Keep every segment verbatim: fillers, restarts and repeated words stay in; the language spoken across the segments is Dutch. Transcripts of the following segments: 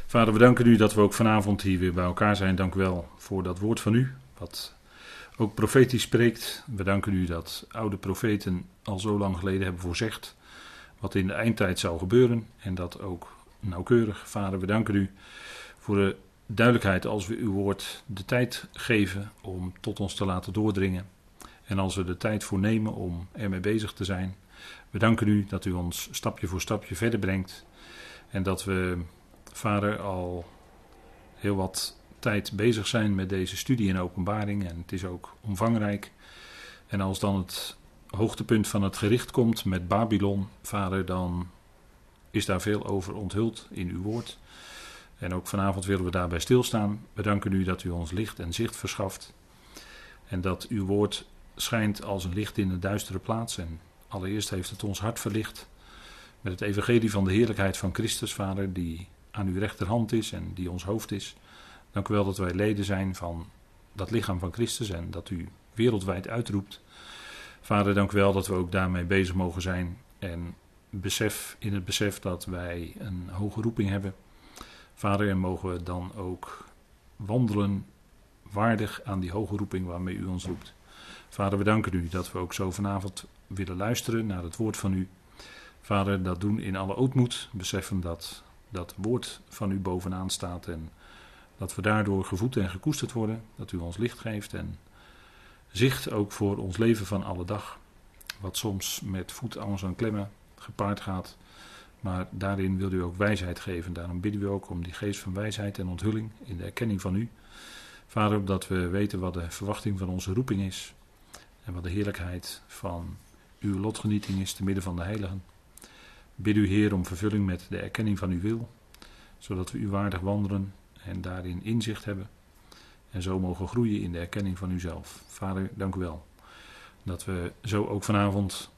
Vader, we danken u dat we ook vanavond hier weer bij elkaar zijn. Dank u wel voor dat woord van u, wat ook profetisch spreekt. We danken u dat oude profeten al zo lang geleden hebben voorzegd wat in de eindtijd zou gebeuren. En dat ook nauwkeurig. Vader, we danken u voor de duidelijkheid als we uw woord de tijd geven om tot ons te laten doordringen. En als we de tijd voor nemen om ermee bezig te zijn. We danken u dat u ons stapje voor stapje verder brengt. En dat we, Vader, al heel wat tijd bezig zijn met deze studie in openbaring. En het is ook omvangrijk. En als dan het hoogtepunt van het gericht komt met Babylon, Vader, dan is daar veel over onthuld in uw woord. En ook vanavond willen we daarbij stilstaan. We danken u dat u ons licht en zicht verschaft. En dat uw woord schijnt als een licht in een duistere plaats. En allereerst heeft het ons hart verlicht met het evangelie van de heerlijkheid van Christus, Vader, die aan uw rechterhand is en die ons hoofd is. Dank u wel dat wij leden zijn van dat lichaam van Christus en dat u wereldwijd uitroept. Vader, dank u wel dat we ook daarmee bezig mogen zijn en besef, in het besef dat wij een hoge roeping hebben. Vader, en mogen we dan ook wandelen waardig aan die hoge roeping waarmee u ons roept. Vader, we danken u dat we ook zo vanavond willen luisteren naar het woord van u. Vader, dat doen in alle ootmoed, beseffen dat dat woord van u bovenaan staat en dat we daardoor gevoed en gekoesterd worden, dat u ons licht geeft en zicht ook voor ons leven van alle dag, wat soms met voetangst en klemmen gepaard gaat, maar daarin wil u ook wijsheid geven. Daarom bidden we ook om die geest van wijsheid en onthulling in de erkenning van u. Vader, dat we weten wat de verwachting van onze roeping is en wat de heerlijkheid van uw lotgenieting is te midden van de heiligen. Bid u, Heer, om vervulling met de erkenning van uw wil, zodat we u waardig wandelen en daarin inzicht hebben en zo mogen groeien in de erkenning van uzelf. Vader, dank u wel dat we zo ook vanavond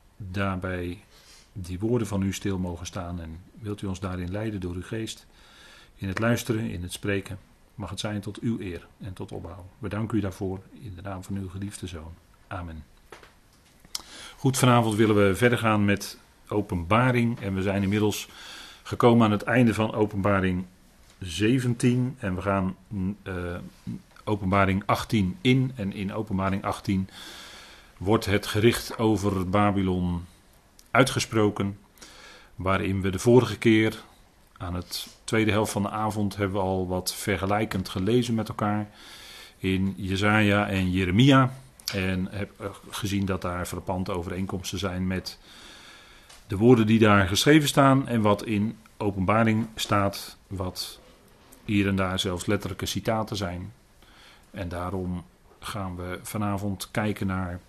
daarbij die woorden van u stil mogen staan en wilt u ons daarin leiden door uw geest, in het luisteren, in het spreken. Mag het zijn tot uw eer en tot opbouw. We danken u daarvoor in de naam van uw geliefde Zoon. Amen. Goed, vanavond willen we verder gaan met Openbaring en we zijn inmiddels gekomen aan het einde van Openbaring zeventien en we gaan uh, Openbaring achttien in en in Openbaring achttien wordt het gericht over Babylon uitgesproken, waarin we de vorige keer aan het tweede helft van de avond hebben we al wat vergelijkend gelezen met elkaar in Jesaja en Jeremia en heb gezien dat daar frappante overeenkomsten zijn met de woorden die daar geschreven staan en wat in Openbaring staat, wat hier en daar zelfs letterlijke citaten zijn. En daarom gaan we vanavond kijken naar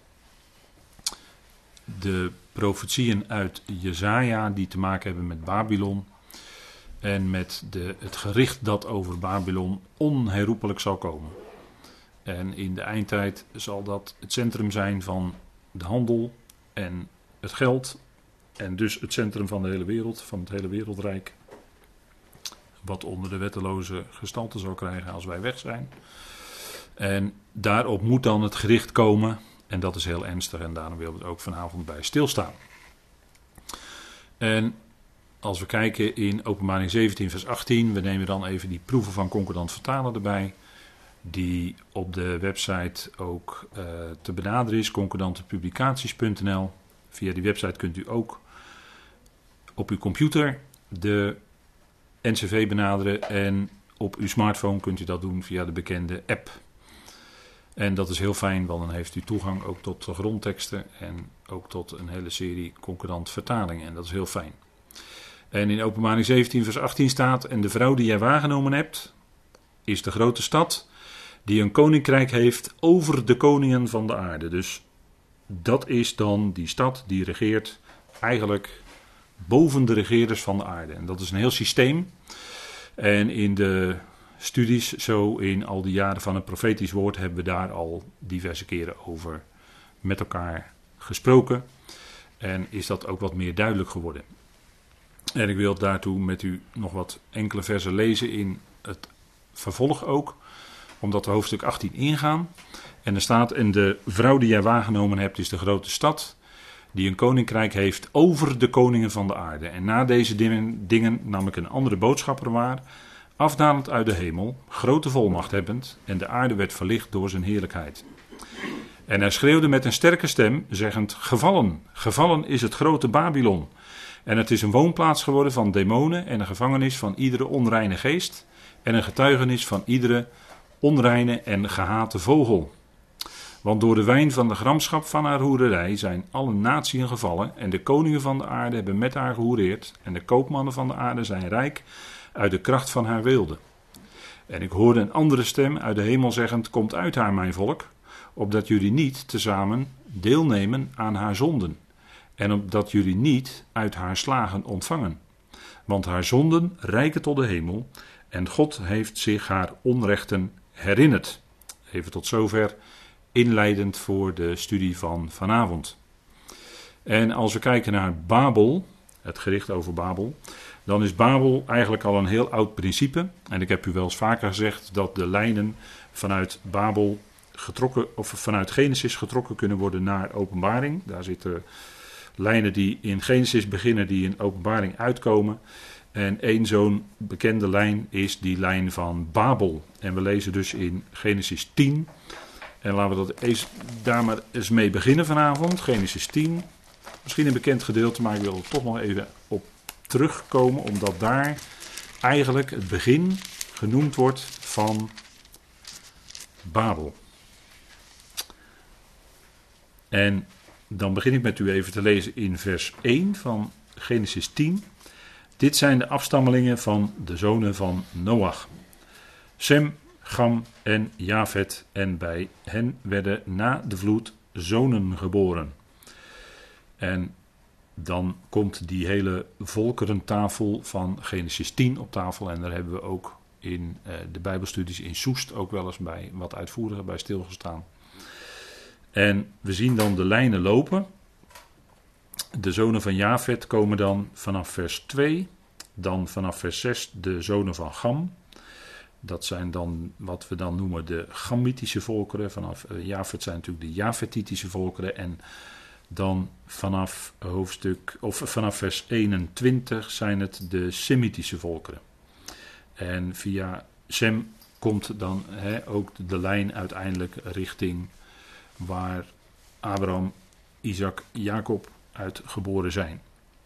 de profetieën uit Jesaja die te maken hebben met Babylon en met de, het gericht dat over Babylon onherroepelijk zal komen. En in de eindtijd zal dat het centrum zijn van de handel en het geld en dus het centrum van de hele wereld, van het hele wereldrijk, wat onder de wetteloze gestalte zal krijgen als wij weg zijn. En daarop moet dan het gericht komen en dat is heel ernstig en daarom willen we er ook vanavond bij stilstaan. En als we kijken in Openbaring zeventien vers achttien, we nemen dan even die proeven van concordant vertalen erbij, die op de website ook uh, te benaderen is, concordantepublicaties punt n l. Via die website kunt u ook op uw computer de N C V benaderen en op uw smartphone kunt u dat doen via de bekende app. En dat is heel fijn, want dan heeft u toegang ook tot de grondteksten en ook tot een hele serie concordant vertalingen. En dat is heel fijn. En in Openbaring zeventien vers achttien staat, en de vrouw die jij waargenomen hebt, is de grote stad die een koninkrijk heeft over de koningen van de aarde. Dus dat is dan die stad die regeert eigenlijk boven de regeerders van de aarde. En dat is een heel systeem. En in de studies, zo in al die jaren van het profetisch woord, hebben we daar al diverse keren over met elkaar gesproken. En is dat ook wat meer duidelijk geworden. En ik wil daartoe met u nog wat enkele versen lezen in het vervolg ook, omdat we hoofdstuk achttien ingaan. En er staat, en de vrouw die jij waargenomen hebt is de grote stad, die een koninkrijk heeft over de koningen van de aarde. En na deze dingen, dingen nam ik een andere boodschapper waar, afdalend uit de hemel, grote volmacht hebbend, en de aarde werd verlicht door zijn heerlijkheid. En hij schreeuwde met een sterke stem, zeggend, gevallen, gevallen is het grote Babylon. En het is een woonplaats geworden van demonen en een gevangenis van iedere onreine geest en een getuigenis van iedere onreine en gehate vogel. Want door de wijn van de gramschap van haar hoererij zijn alle naties gevallen en de koningen van de aarde hebben met haar gehoereerd en de koopmannen van de aarde zijn rijk uit de kracht van haar weelde. En ik hoorde een andere stem uit de hemel zeggend, komt uit haar mijn volk, opdat jullie niet tezamen deelnemen aan haar zonden en opdat jullie niet uit haar slagen ontvangen. Want haar zonden reiken tot de hemel en God heeft zich haar onrechten herinnerd. Even tot zover inleidend voor de studie van vanavond. En als we kijken naar Babel, het gericht over Babel, dan is Babel eigenlijk al een heel oud principe. En ik heb u wel eens vaker gezegd dat de lijnen vanuit Babel getrokken, of vanuit Genesis getrokken kunnen worden naar Openbaring. Daar zitten lijnen die in Genesis beginnen, die in Openbaring uitkomen. En één zo'n bekende lijn is die lijn van Babel. En we lezen dus in Genesis tien. En laten we dat eens, daar maar eens mee beginnen vanavond. Genesis tien. Misschien een bekend gedeelte, maar ik wil er toch nog even op terugkomen. Omdat daar eigenlijk het begin genoemd wordt van Babel. En dan begin ik met u even te lezen in vers één van Genesis tien. Dit zijn de afstammelingen van de zonen van Noach. Sem, Cham en Jafet, en bij hen werden na de vloed zonen geboren. En dan komt die hele volkerentafel van Genesis tien op tafel. En daar hebben we ook in uh, de Bijbelstudies in Soest ook wel eens bij wat uitvoeriger bij stilgestaan. En we zien dan de lijnen lopen. De zonen van Jafet komen dan vanaf vers twee. Dan vanaf vers zes de zonen van Cham. Dat zijn dan wat we dan noemen de Chamitische volkeren. Vanaf uh, Jafet zijn natuurlijk de Jafetitische volkeren. En dan vanaf hoofdstuk, of vanaf vers eenentwintig zijn het de Semitische volkeren. En via Sem komt dan he, ook de lijn uiteindelijk richting waar Abraham, Isaac, Jacob uit geboren zijn.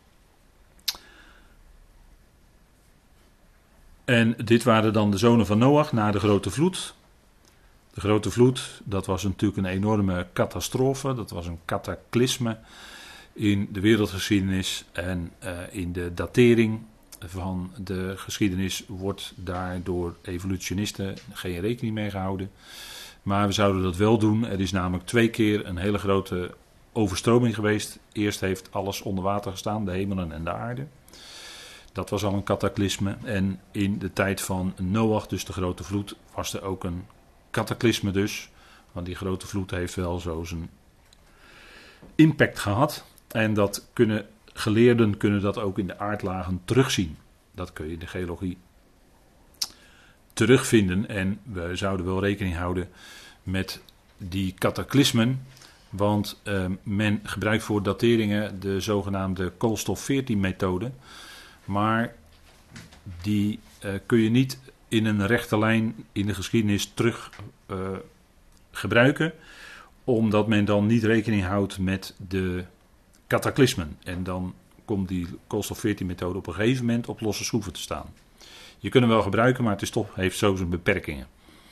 En dit waren dan de zonen van Noach na de grote vloed. De grote vloed, dat was natuurlijk een enorme catastrofe. Dat was een cataclysme in de wereldgeschiedenis. En uh, in de datering van de geschiedenis wordt daar door evolutionisten geen rekening mee gehouden. Maar we zouden dat wel doen. Er is namelijk twee keer een hele grote overstroming geweest. Eerst heeft alles onder water gestaan, de hemelen en de aarde. Dat was al een cataclysme. En in de tijd van Noach, dus de grote vloed, was er ook een cataclysme dus. Want die grote vloed heeft wel zo zijn impact gehad. En dat kunnen, geleerden kunnen dat ook in de aardlagen terugzien. Dat kun je in de geologie terugvinden. En we zouden wel rekening houden met die cataclysmen. Want uh, men gebruikt voor dateringen de zogenaamde koolstof veertien methode. Maar die uh, kun je niet in een rechte lijn in de geschiedenis terug uh, gebruiken. Omdat men dan niet rekening houdt met de cataclysmen. En dan komt die koolstof veertien methode op een gegeven moment op losse schroeven te staan. Je kunt hem wel gebruiken, maar het is toch, heeft zo zijn beperkingen.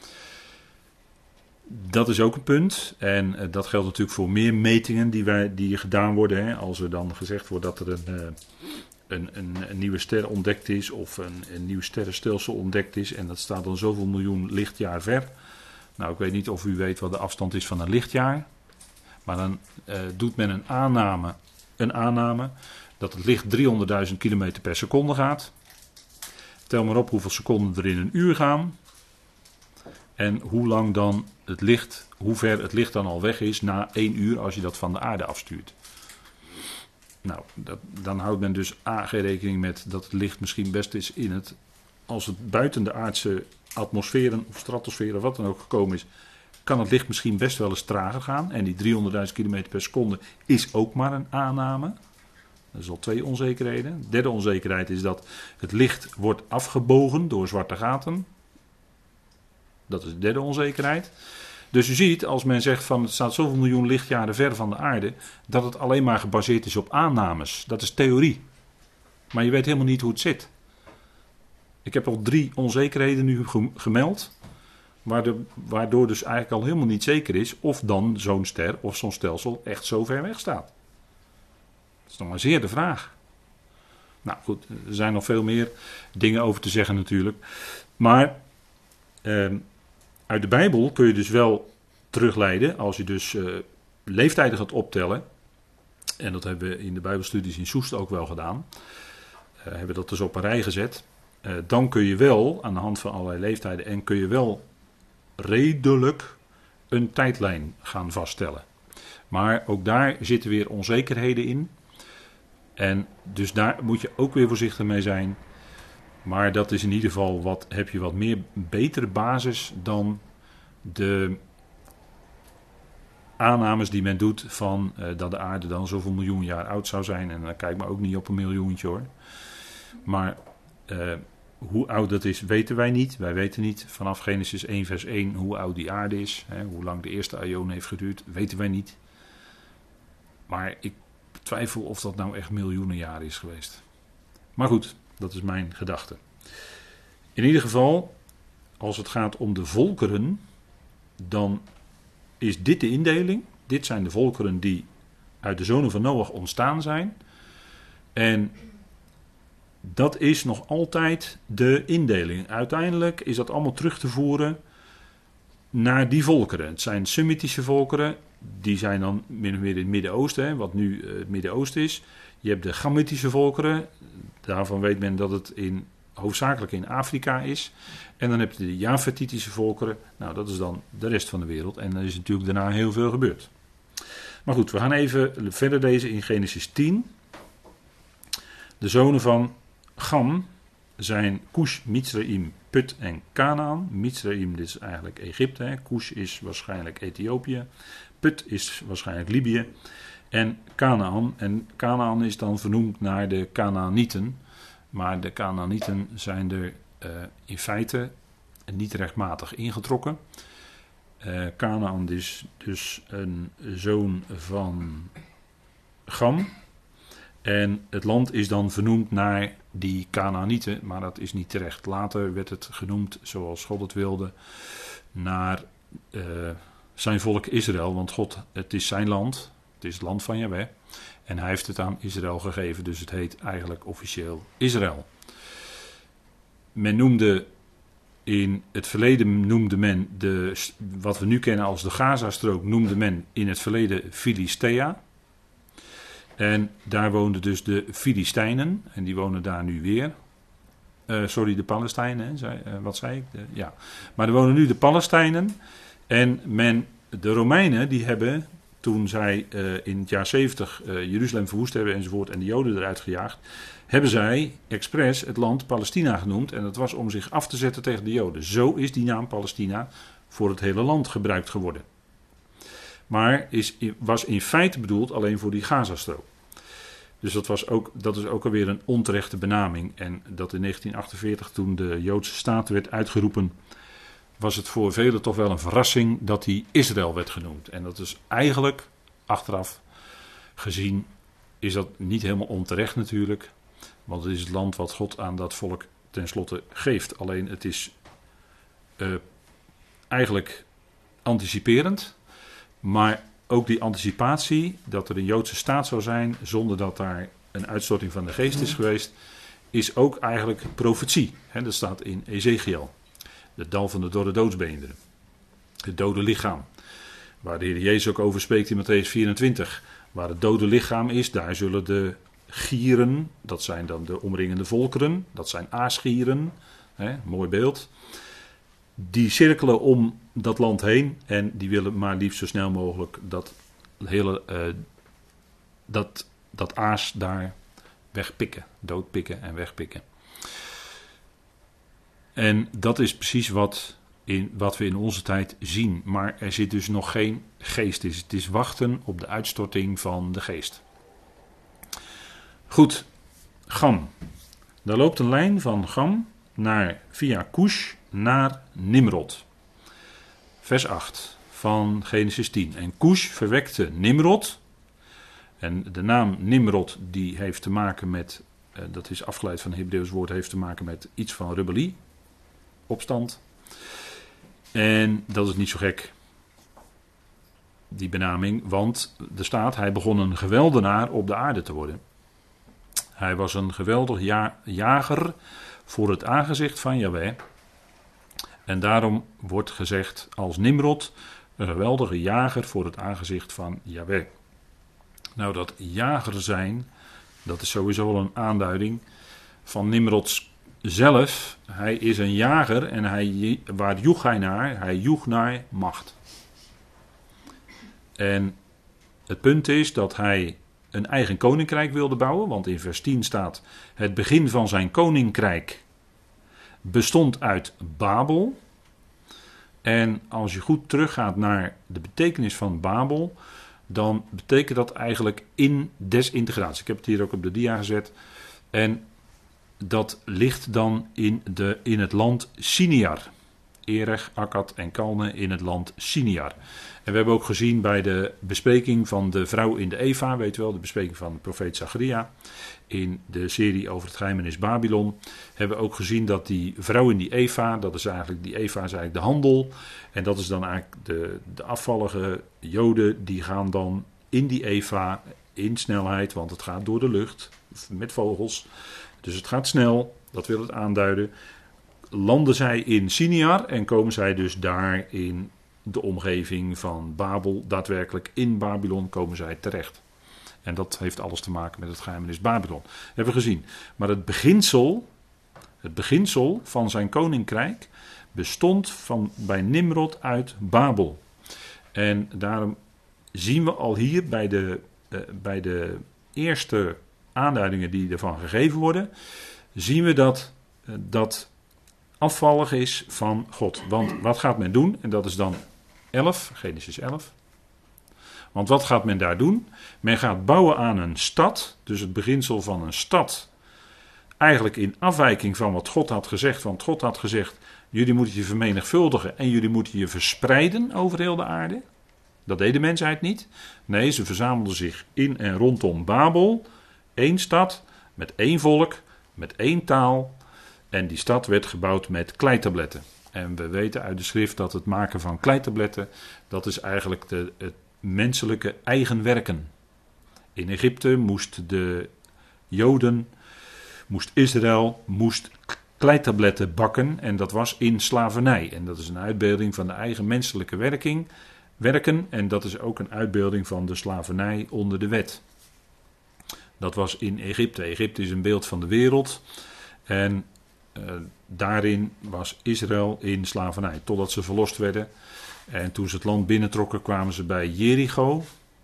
Dat is ook een punt. En uh, dat geldt natuurlijk voor meer metingen die, wij, die gedaan worden. Hè. Als er dan gezegd wordt dat er een, uh, een, een, een nieuwe ster ontdekt is. Of een, een nieuw sterrenstelsel ontdekt is. En dat staat dan zoveel miljoen lichtjaar ver. Nou, ik weet niet of u weet wat de afstand is van een lichtjaar. Maar dan uh, doet men een aanname, een aanname dat het licht driehonderdduizend kilometer per seconde gaat. Tel maar op hoeveel seconden er in een uur gaan. En hoe lang dan het licht, hoe ver het licht dan al weg is na één uur als je dat van de aarde afstuurt. Nou, dat, dan houdt men dus A, geen rekening met dat het licht misschien best is in het, als het buiten de aardse atmosferen of stratosferen of wat dan ook gekomen is, kan het licht misschien best wel eens trager gaan. En die driehonderdduizend kilometer per seconde is ook maar een aanname. Dat is al twee onzekerheden. De derde onzekerheid is dat het licht wordt afgebogen door zwarte gaten. Dat is de derde onzekerheid. Dus u ziet, als men zegt van het staat zoveel miljoen lichtjaren ver van de aarde, dat het alleen maar gebaseerd is op aannames. Dat is theorie. Maar je weet helemaal niet hoe het zit. Ik heb al drie onzekerheden nu gemeld, waardoor dus eigenlijk al helemaal niet zeker is of dan zo'n ster of zo'n stelsel echt zo ver weg staat. Dat is nog maar zeer de vraag. Nou goed, er zijn nog veel meer dingen over te zeggen natuurlijk. Maar eh, uit de Bijbel kun je dus wel terugleiden, als je dus eh, leeftijden gaat optellen. En dat hebben we in de Bijbelstudies in Soest ook wel gedaan. Uh, hebben we dat dus op een rij gezet. Uh, dan kun je wel, aan de hand van allerlei leeftijden, en kun je wel redelijk een tijdlijn gaan vaststellen. Maar ook daar zitten weer onzekerheden in. En dus daar moet je ook weer voorzichtig mee zijn. Maar dat is in ieder geval wat, heb je wat meer betere basis dan de aannames die men doet van uh, dat de aarde dan zoveel miljoen jaar oud zou zijn. En dan kijk maar ook niet op een miljoentje hoor. Maar uh, hoe oud dat is weten wij niet. Wij weten niet vanaf Genesis één vers één hoe oud die aarde is. Hè, hoe lang de eerste aion heeft geduurd, weten wij niet. Maar ik twijfel of dat nou echt miljoenen jaren is geweest. Maar goed, dat is mijn gedachte. In ieder geval, als het gaat om de volkeren, dan is dit de indeling. Dit zijn de volkeren die uit de zonen van Noach ontstaan zijn. En dat is nog altijd de indeling. Uiteindelijk is dat allemaal terug te voeren naar die volkeren. Het zijn Semitische volkeren. Die zijn dan min of meer in het Midden-Oosten, hè, wat nu het Midden-Oosten is. Je hebt de Gamitische volkeren. Daarvan weet men dat het in, hoofdzakelijk in Afrika is. En dan heb je de Jafetitische volkeren. Nou, dat is dan de rest van de wereld. En er is natuurlijk daarna heel veel gebeurd. Maar goed, we gaan even verder lezen in Genesis tien. De zonen van Gam zijn Cush, Mizraim, Put en Kanaan. Mizraim, dit is eigenlijk Egypte. Hè. Cush is waarschijnlijk Ethiopië. Put is waarschijnlijk Libië. En Kanaan. En Kanaan is dan vernoemd naar de Kanaanieten. Maar de Kanaanieten zijn er uh, in feite niet rechtmatig ingetrokken. Uh, Kanaan is dus een zoon van Gam. En het land is dan vernoemd naar die Kanaanieten, maar dat is niet terecht. Later werd het genoemd, zoals God het wilde, naar uh, zijn volk Israël. Want God, het is zijn land, het is het land van Jahweh. En hij heeft het aan Israël gegeven, dus het heet eigenlijk officieel Israël. Men noemde, in het verleden noemde men, de, wat we nu kennen als de Gazastrook, noemde men in het verleden Filistea. En daar woonden dus de Filistijnen. En die wonen daar nu weer. Uh, sorry, de Palestijnen. Hè, zei, uh, wat zei ik? De, ja. Maar er wonen nu de Palestijnen. En men, de Romeinen, die hebben, toen zij uh, in het jaar zeventig uh, Jeruzalem verwoest hebben enzovoort. En de Joden eruit gejaagd. Hebben zij expres het land Palestina genoemd. En dat was om zich af te zetten tegen de Joden. Zo is die naam Palestina voor het hele land gebruikt geworden. Maar is, was in feite bedoeld alleen voor die Gazastrook. Dus dat, was ook, dat is ook alweer een onterechte benaming. En dat in negentien achtenveertig, toen de Joodse staat werd uitgeroepen, was het voor velen toch wel een verrassing dat die Israël werd genoemd. En dat is eigenlijk, achteraf gezien, is dat niet helemaal onterecht natuurlijk. Want het is het land wat God aan dat volk tenslotte geeft. Alleen het is uh, eigenlijk anticiperend. Maar ook die anticipatie dat er een Joodse staat zou zijn zonder dat daar een uitstorting van de geest is geweest, is ook eigenlijk profetie. He, dat staat in Ezekiel. Het dal van de dorre doodsbeenderen. Het dode lichaam. Waar de Heer Jezus ook over spreekt in Matthäus vierentwintig. Waar het dode lichaam is, daar zullen de gieren, dat zijn dan de omringende volkeren, dat zijn aasgieren, he, mooi beeld. Die cirkelen om dat land heen en die willen maar liefst zo snel mogelijk dat hele uh, dat, dat aas daar wegpikken, doodpikken en wegpikken. En dat is precies wat in wat we in onze tijd zien. Maar er zit dus nog geen geest in. Het is wachten op de uitstorting van de geest. Goed, Gam. Daar loopt een lijn van Gam naar, via Cush naar Nimrod. Vers acht van Genesis tien. En Cush verwekte Nimrod. En de naam Nimrod die heeft te maken met, uh, dat is afgeleid van het Hebreeuws woord, heeft te maken met iets van rebellie, opstand. En dat is niet zo gek, die benaming, want er staat, hij begon een geweldenaar op de aarde te worden. Hij was een geweldig ja- jager voor het aangezicht van Jahweh. En daarom wordt gezegd als Nimrod, een geweldige jager voor het aangezicht van Jahweh. Nou, dat jager zijn, dat is sowieso wel een aanduiding van Nimrods zelf. Hij is een jager en hij, waar joeg hij naar? Hij joeg naar macht. En het punt is dat hij een eigen koninkrijk wilde bouwen, want in vers tien staat, het begin van zijn koninkrijk bestond uit Babel. En als je goed teruggaat naar de betekenis van Babel, dan betekent dat eigenlijk in desintegratie. Ik heb het hier ook op de dia gezet. En dat ligt dan in, de, in het land Siniar. Erech, Akkad en Kalne in het land Siniar. En we hebben ook gezien bij de bespreking van de vrouw in de Eva, weet u wel, de bespreking van de profeet Zacharia, in de serie over het geheimenis Babylon, hebben we ook gezien dat die vrouw in die Eva, dat is eigenlijk, die Eva is eigenlijk de handel, en dat is dan eigenlijk de, de afvallige Joden, die gaan dan in die Eva in snelheid, want het gaat door de lucht, met vogels, dus het gaat snel, dat wil het aanduiden, landen zij in Siniar en komen zij dus daar in de omgeving van Babel, daadwerkelijk in Babylon komen zij terecht. En dat heeft alles te maken met het geheimenis Babylon. Dat hebben we gezien. Maar het beginsel, het beginsel van zijn koninkrijk bestond van, bij Nimrod uit Babel. En daarom zien we al hier bij de, uh, bij de eerste aanduidingen die ervan gegeven worden, zien we dat uh, dat afvallig is van God. Want wat gaat men doen? En dat is dan elf, Genesis elf. Want wat gaat men daar doen? Men gaat bouwen aan een stad, dus het beginsel van een stad, eigenlijk in afwijking van wat God had gezegd. Want God had gezegd, jullie moeten je vermenigvuldigen en jullie moeten je verspreiden over heel de aarde. Dat deed de mensheid niet. Nee, ze verzamelden zich in en rondom Babel, één stad, met één volk, met één taal. En die stad werd gebouwd met kleitabletten. En we weten uit de schrift dat het maken van kleitabletten, dat is eigenlijk de, het menselijke eigen werken. In Egypte moest de Joden, moest Israël, moest kleitabletten bakken en dat was in slavernij. En dat is een uitbeelding van de eigen menselijke werking, werken en dat is ook een uitbeelding van de slavernij onder de wet. Dat was in Egypte. Egypte is een beeld van de wereld en uh, daarin was Israël in slavernij, totdat ze verlost werden. En toen ze het land binnentrokken kwamen ze bij Jericho.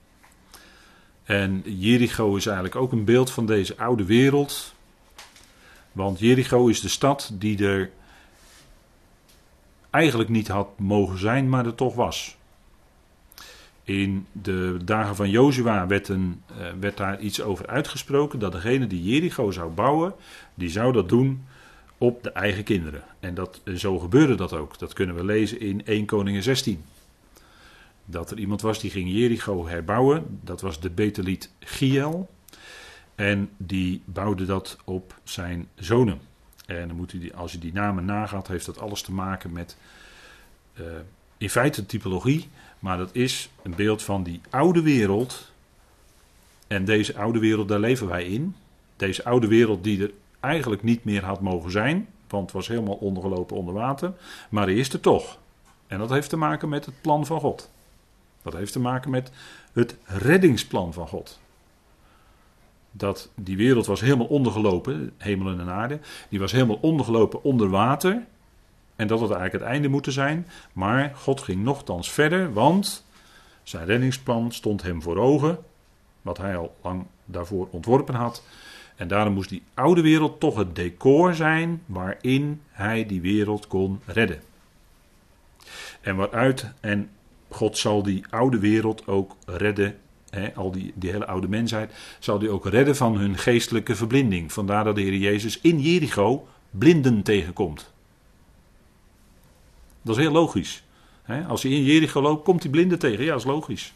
En Jericho is eigenlijk ook een beeld van deze oude wereld. Want Jericho is de stad die er eigenlijk niet had mogen zijn, maar er toch was. In de dagen van Jozua werd, een, uh, werd daar iets over uitgesproken, dat degene die Jericho zou bouwen, die zou dat doen op de eigen kinderen. En dat, zo gebeurde dat ook. Dat kunnen we lezen in Eerste Koningen zestien. Dat er iemand was die ging Jericho herbouwen. Dat was de Beteliet Giel. En die bouwde dat op zijn zonen. En dan moet u die, als je die namen nagaat, heeft dat alles te maken met uh, in feite typologie. Maar dat is een beeld van die oude wereld. En deze oude wereld, daar leven wij in. Deze oude wereld die er eigenlijk niet meer had mogen zijn, want het was helemaal ondergelopen onder water, maar hij is er toch. En dat heeft te maken met het plan van God. Dat heeft te maken met het reddingsplan van God. Dat die wereld was helemaal ondergelopen, hemel en aarde, die was helemaal ondergelopen onder water, en dat had eigenlijk het einde moeten zijn, maar God ging nochtans verder, want zijn reddingsplan stond hem voor ogen, wat hij al lang daarvoor ontworpen had. En daarom moest die oude wereld toch het decor zijn waarin hij die wereld kon redden. En waaruit, en God zal die oude wereld ook redden, hè, al die, die hele oude mensheid, zal die ook redden van hun geestelijke verblinding. Vandaar dat de Heer Jezus in Jericho blinden tegenkomt. Dat is heel logisch. Hè? Als hij in Jericho loopt, komt hij blinden tegen. Ja, dat is logisch.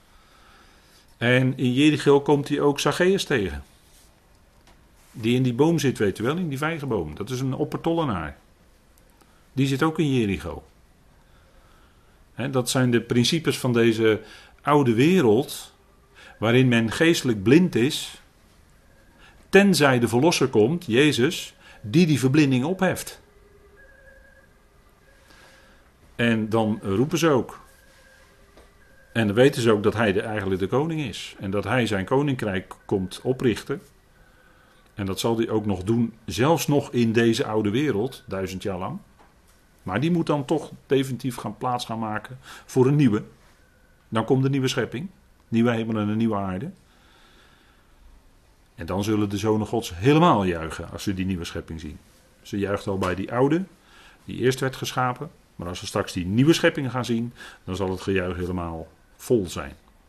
En in Jericho komt hij ook Zacchaeus tegen. Die in die boom zit, weet u wel, in die vijgenboom. Dat is een oppertollenaar. Die zit ook in Jericho. He, dat zijn de principes van deze oude wereld, waarin men geestelijk blind is, tenzij de Verlosser komt, Jezus, die die verblinding opheft. En dan roepen ze ook. En dan weten ze ook dat hij de, eigenlijk de koning is. En dat hij zijn koninkrijk komt oprichten. En dat zal hij ook nog doen, zelfs nog in deze oude wereld, duizend jaar lang. Maar die moet dan toch definitief gaan plaats gaan maken voor een nieuwe. Dan komt de nieuwe schepping. Nieuwe hemel en een nieuwe aarde. En dan zullen de zonen Gods helemaal juichen als ze die nieuwe schepping zien. Ze juicht al bij die oude, die eerst werd geschapen. Maar als we straks die nieuwe schepping gaan zien, dan zal het gejuich helemaal vol zijn.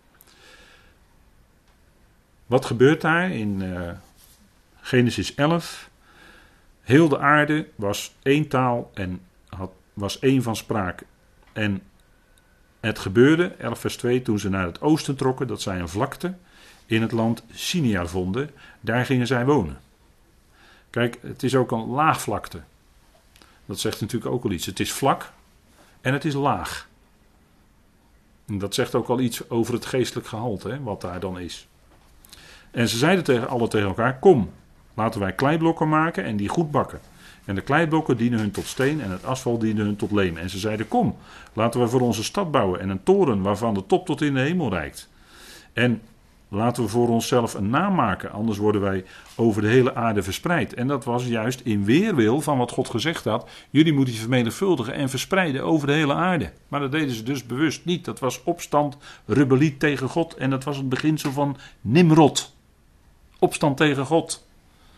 Wat gebeurt daar in uh, Genesis elf? Heel de aarde was één taal en had, was één van spraak. En het gebeurde, elf vers twee, toen ze naar het oosten trokken, dat zij een vlakte in het land Sinear vonden. Daar gingen zij wonen. Kijk, het is ook een laagvlakte. Dat zegt natuurlijk ook al iets. Het is vlak en het is laag. En dat zegt ook al iets over het geestelijk gehalte, hè, wat daar dan is. En ze zeiden tegen, alle tegen elkaar, kom, laten wij kleiblokken maken en die goed bakken. En de kleiblokken dienen hun tot steen en het asfalt diende hun tot leem. En ze zeiden, kom, laten we voor onze stad bouwen en een toren waarvan de top tot in de hemel reikt. En laten we voor onszelf een naam maken, anders worden wij over de hele aarde verspreid. En dat was juist in weerwil van wat God gezegd had. Jullie moeten je vermenigvuldigen en verspreiden over de hele aarde. Maar dat deden ze dus bewust niet. Dat was opstand, rebellie tegen God. En dat was het beginsel van Nimrod. Opstand tegen God.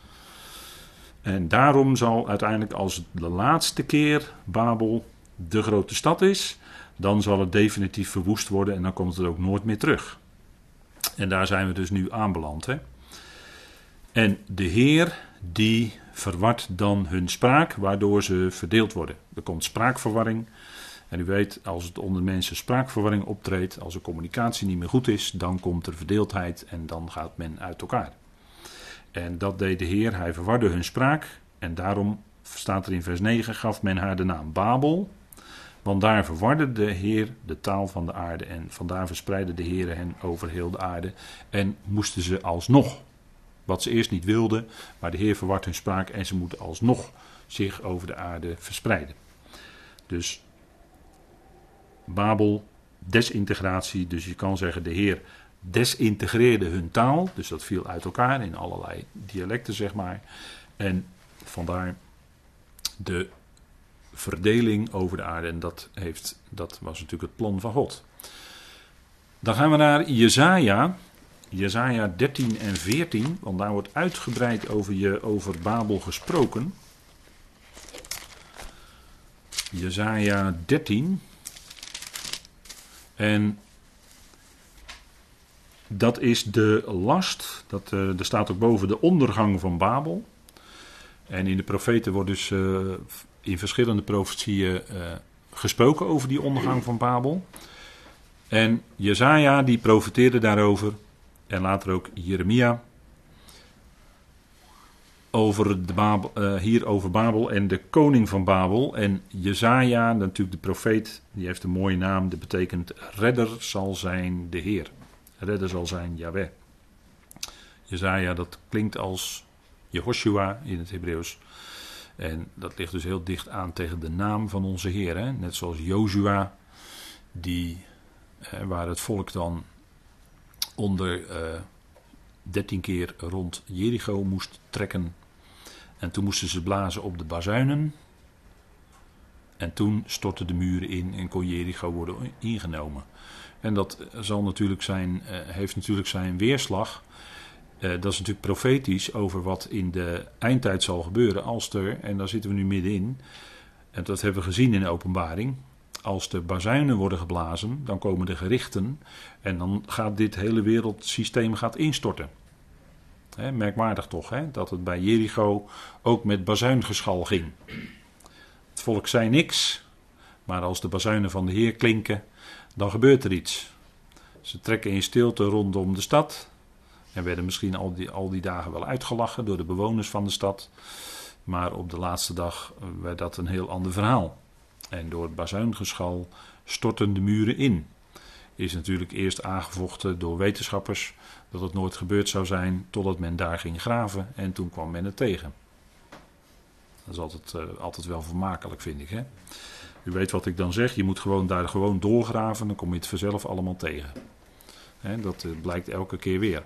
En daarom zal uiteindelijk, als het de laatste keer Babel de grote stad is, dan zal het definitief verwoest worden en dan komt het ook nooit meer terug. En daar zijn we dus nu aanbeland. Hè? En de Heer die verwart dan hun spraak, waardoor ze verdeeld worden. Er komt spraakverwarring. En u weet, als het onder mensen spraakverwarring optreedt, als de communicatie niet meer goed is, dan komt er verdeeldheid en dan gaat men uit elkaar. En dat deed de Heer, hij verwarde hun spraak. En daarom staat er in vers negen, gaf men haar de naam Babel. Want daar verwarde de Heer de taal van de aarde en vandaar verspreidde de Heer hen over heel de aarde. En moesten ze alsnog, wat ze eerst niet wilden, maar de Heer verward hun spraak en ze moeten alsnog zich over de aarde verspreiden. Dus Babel, desintegratie, dus je kan zeggen de Heer desintegreerde hun taal, dus dat viel uit elkaar in allerlei dialecten zeg maar. En vandaar de verdeling over de aarde. En dat, heeft, dat was natuurlijk het plan van God. Dan gaan we naar Jesaja. Jesaja dertien en veertien. Want daar wordt uitgebreid over, je, over Babel gesproken. Jesaja dertien. En dat is de last. Dat, uh, er staat ook boven de ondergang van Babel. En in de profeten wordt dus uh, in verschillende profetieën uh, gesproken over die ondergang van Babel. En Jesaja die profeteerde daarover. En later ook Jeremia. Over de Babel, uh, hier over Babel en de koning van Babel. En Jesaja, natuurlijk de profeet, die heeft een mooie naam. Dat betekent redder zal zijn de Heer. Redder zal zijn Yahweh. Jesaja, dat klinkt als Jehoshua in het Hebreeuws. En dat ligt dus heel dicht aan tegen de naam van onze Heer. Hè? Net zoals Jozua, die, eh, waar het volk dan onder eh, dertien keer rond Jericho moest trekken. En toen moesten ze blazen op de bazuinen. En toen stortten de muren in en kon Jericho worden ingenomen. En dat zal natuurlijk zijn, eh, heeft natuurlijk zijn weerslag. Uh, dat is natuurlijk profetisch over wat in de eindtijd zal gebeuren als er, en daar zitten we nu middenin, en dat hebben we gezien in de openbaring, als de bazuinen worden geblazen, dan komen de gerichten en dan gaat dit hele wereldsysteem gaat instorten. He, merkwaardig toch, he, dat het bij Jericho ook met bazuingeschal ging. Het volk zei niks, maar als de bazuinen van de Heer klinken, dan gebeurt er iets. Ze trekken in stilte rondom de stad en werden misschien al die, al die dagen wel uitgelachen door de bewoners van de stad. Maar op de laatste dag werd dat een heel ander verhaal. En door het bazuingeschal stortten de muren in. Is natuurlijk eerst aangevochten door wetenschappers dat het nooit gebeurd zou zijn totdat men daar ging graven en toen kwam men het tegen. Dat is altijd, uh, altijd wel vermakelijk, vind ik. Hè? U weet wat ik dan zeg, je moet gewoon daar gewoon doorgraven, dan kom je het vanzelf allemaal tegen. Hè, dat uh, blijkt elke keer weer.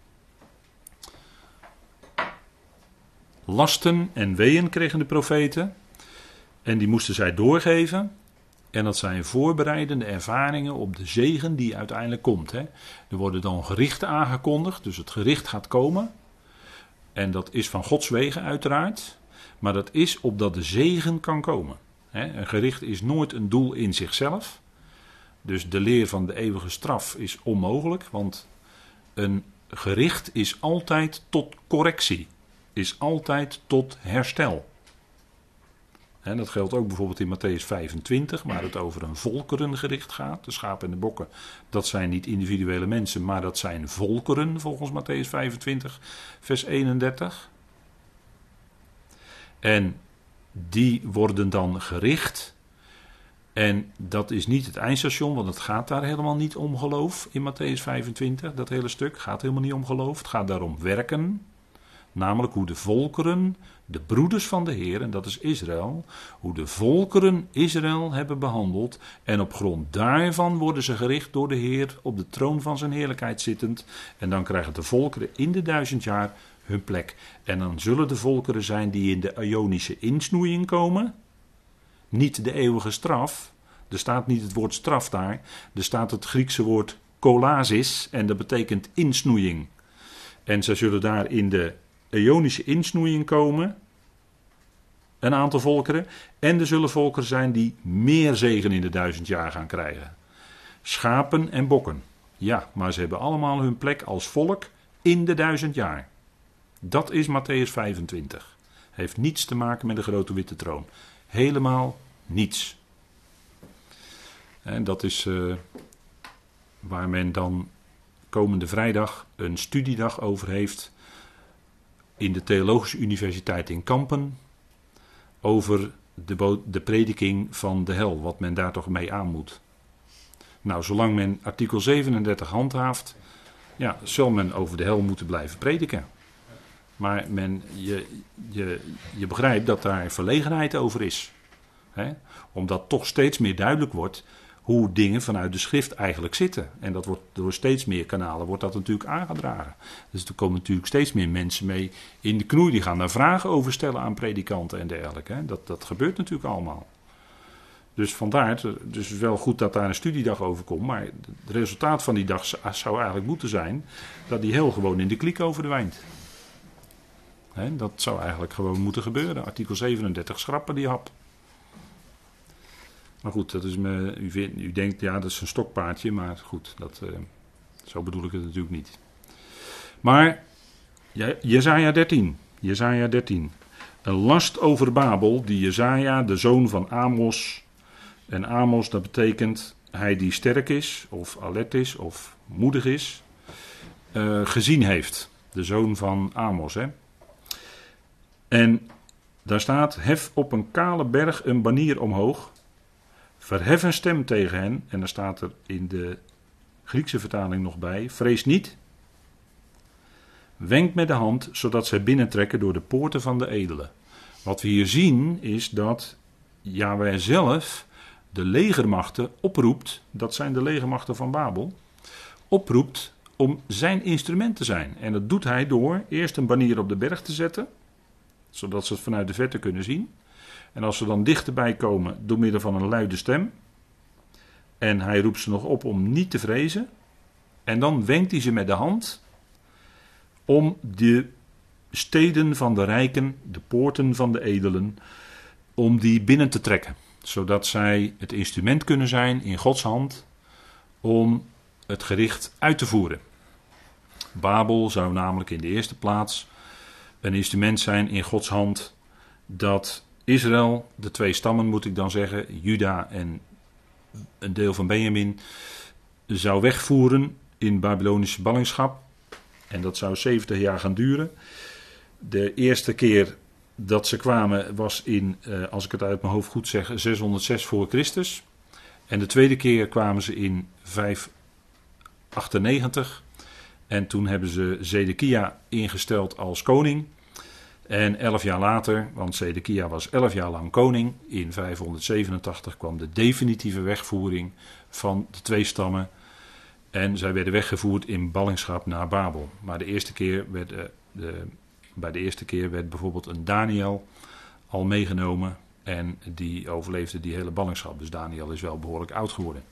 Lasten en weeën kregen de profeten en die moesten zij doorgeven. En dat zijn voorbereidende ervaringen op de zegen die uiteindelijk komt. Hè. Er worden dan gerichten aangekondigd, dus het gericht gaat komen. En dat is van Gods wegen uiteraard. Maar dat is opdat de zegen kan komen. Hè. Een gericht is nooit een doel in zichzelf. Dus de leer van de eeuwige straf is onmogelijk. Want een gericht is altijd tot correctie. Is altijd tot herstel. En dat geldt ook bijvoorbeeld in Matthäus vijfentwintig, waar het over een volkerengericht gaat. De schapen en de bokken, dat zijn niet individuele mensen, maar dat zijn volkeren volgens Matthäus vijfentwintig, vers eenendertig. En die worden dan gericht. En dat is niet het eindstation, want het gaat daar helemaal niet om geloof in Matthäus vijfentwintig. Dat hele stuk gaat helemaal niet om geloof. Het gaat daarom werken. Namelijk hoe de volkeren, de broeders van de Heer, en dat is Israël, hoe de volkeren Israël hebben behandeld. En op grond daarvan worden ze gericht door de Heer op de troon van zijn heerlijkheid zittend. En dan krijgen de volkeren in de duizend jaar hun plek. En dan zullen de volkeren zijn die in de Ionische insnoeiing komen. Niet de eeuwige straf. Er staat niet het woord straf daar. Er staat het Griekse woord kolasis en dat betekent insnoeiing. En zij zullen daar in de Ionische insnoeiing komen, een aantal volkeren, en er zullen volkeren zijn die meer zegen in de duizend jaar gaan krijgen. Schapen en bokken. Ja, maar ze hebben allemaal hun plek als volk in de duizend jaar. Dat is Matthäus vijfentwintig. Heeft niets te maken met de grote witte troon. Helemaal niets. En dat is uh, waar men dan komende vrijdag een studiedag over heeft in de Theologische Universiteit in Kampen over de, bo- de prediking van de hel, wat men daar toch mee aan moet. Nou, zolang men artikel zevenendertig handhaaft, ja, zal men over de hel moeten blijven prediken. Maar men, je, je, je begrijpt dat daar verlegenheid over is. Hè? Omdat toch steeds meer duidelijk wordt hoe dingen vanuit de schrift eigenlijk zitten. En dat wordt door steeds meer kanalen wordt dat natuurlijk aangedragen. Dus er komen natuurlijk steeds meer mensen mee in de knoei. Die gaan daar vragen over stellen aan predikanten en dergelijke. Hè. Dat, dat gebeurt natuurlijk allemaal. Dus vandaar, dus wel goed dat daar een studiedag over komt. Maar het resultaat van die dag zou eigenlijk moeten zijn dat die heel gewoon in de kliek overdwijnt. Hè, dat zou eigenlijk gewoon moeten gebeuren. Artikel zevenendertig schrappen die hap. Maar goed, dat is me, u, vindt, u denkt, ja, dat is een stokpaardje, maar goed, dat, uh, zo bedoel ik het natuurlijk niet. Maar, ja, Jesaja dertien, Jesaja dertien. Een last over Babel, die Jesaja, de zoon van Amos, en Amos, dat betekent hij die sterk is, of alert is, of moedig is, uh, gezien heeft. De zoon van Amos, hè. En daar staat, hef op een kale berg een banier omhoog. Verhef een stem tegen hen, en daar staat er in de Griekse vertaling nog bij, vrees niet. Wenk met de hand, zodat zij binnentrekken door de poorten van de edelen. Wat we hier zien is dat Yahweh zelf de legermachten oproept, dat zijn de legermachten van Babel, oproept om zijn instrument te zijn. En dat doet hij door eerst een banier op de berg te zetten, zodat ze het vanuit de verte kunnen zien. En als ze dan dichterbij komen door middel van een luide stem. En hij roept ze nog op om niet te vrezen. En dan wenkt hij ze met de hand om de steden van de rijken, de poorten van de edelen, om die binnen te trekken. zodat zij het instrument kunnen zijn in Gods hand om het gericht uit te voeren. Babel zou namelijk in de eerste plaats een instrument zijn in Gods hand dat Israël, de twee stammen moet ik dan zeggen, Juda en een deel van Benjamin, zou wegvoeren in Babylonische ballingschap. En dat zou zeventig jaar gaan duren. De eerste keer dat ze kwamen was in, eh, als ik het uit mijn hoofd goed zeg, zeshonderdzes voor Christus. En de tweede keer kwamen ze in vijfhonderdachtennegentig. En toen hebben ze Zedekia ingesteld als koning. En elf jaar later, want Zedekia was elf jaar lang koning, in vijfhonderdzevenentachtig kwam de definitieve wegvoering van de twee stammen. En zij werden weggevoerd in ballingschap naar Babel. Maar de eerste keer werd, uh, de, bij de eerste keer werd bijvoorbeeld een Daniel al meegenomen. En die overleefde die hele ballingschap. Dus Daniel is wel behoorlijk oud geworden.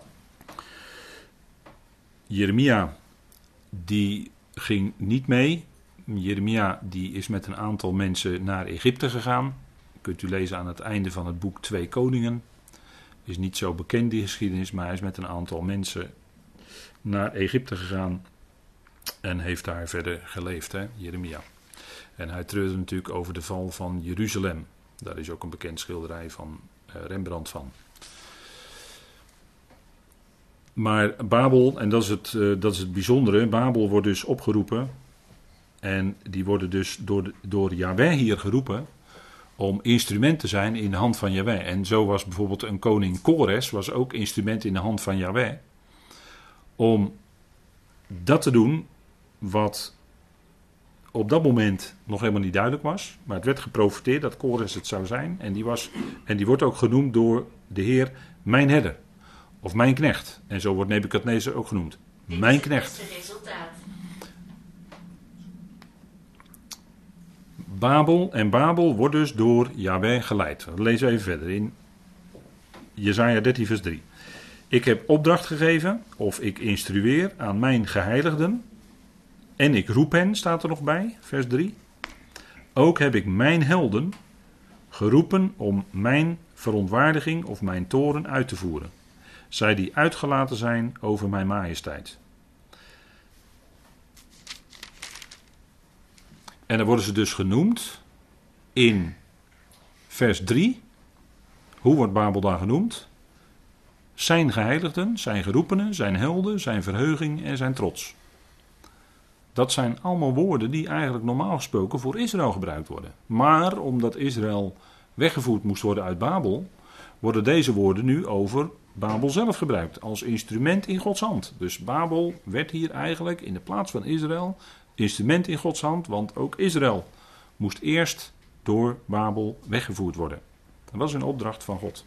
Jeremia, die ging niet mee. Jeremia die is met een aantal mensen naar Egypte gegaan. Kunt u lezen aan het einde van het boek Twee Koningen. Is niet zo bekend die geschiedenis, maar hij is met een aantal mensen naar Egypte gegaan en heeft daar verder geleefd, hè, Jeremia. En hij treurde natuurlijk over de val van Jeruzalem. Daar is ook een bekend schilderij van uh, Rembrandt van. Maar Babel, en dat is, het, uh, dat is het bijzondere, Babel wordt dus opgeroepen. En die worden dus door, de, door Yahweh hier geroepen om instrument te zijn in de hand van Yahweh. En zo was bijvoorbeeld een koning Kores, was ook instrument in de hand van Yahweh. Om dat te doen wat op dat moment nog helemaal niet duidelijk was. Maar het werd geprofeteerd dat Kores het zou zijn. En die, was, en die wordt ook genoemd door de Heer mijn herder. Of mijn knecht. En zo wordt Nebukadnezar ook genoemd. Dit mijn knecht. Dit is het beste resultaat. Babel en Babel wordt dus door Yahweh geleid. We lezen even verder in Jesaja dertien vers drie. Ik heb opdracht gegeven, of ik instrueer aan mijn geheiligden. En ik roep hen, staat er nog bij, vers drie. Ook heb ik mijn helden geroepen om mijn verontwaardiging of mijn toorn uit te voeren. Zij die uitgelaten zijn over mijn majesteit. En dan worden ze dus genoemd in vers drie. Hoe wordt Babel daar genoemd? Zijn geheiligden, zijn geroepenen, zijn helden, zijn verheuging en zijn trots. Dat zijn allemaal woorden die eigenlijk normaal gesproken voor Israël gebruikt worden. Maar omdat Israël weggevoerd moest worden uit Babel, worden deze woorden nu over Babel zelf gebruikt. Als instrument in Gods hand. Dus Babel werd hier eigenlijk in de plaats van Israël instrument in Gods hand. Want ook Israël moest eerst door Babel weggevoerd worden. Dat was een opdracht van God.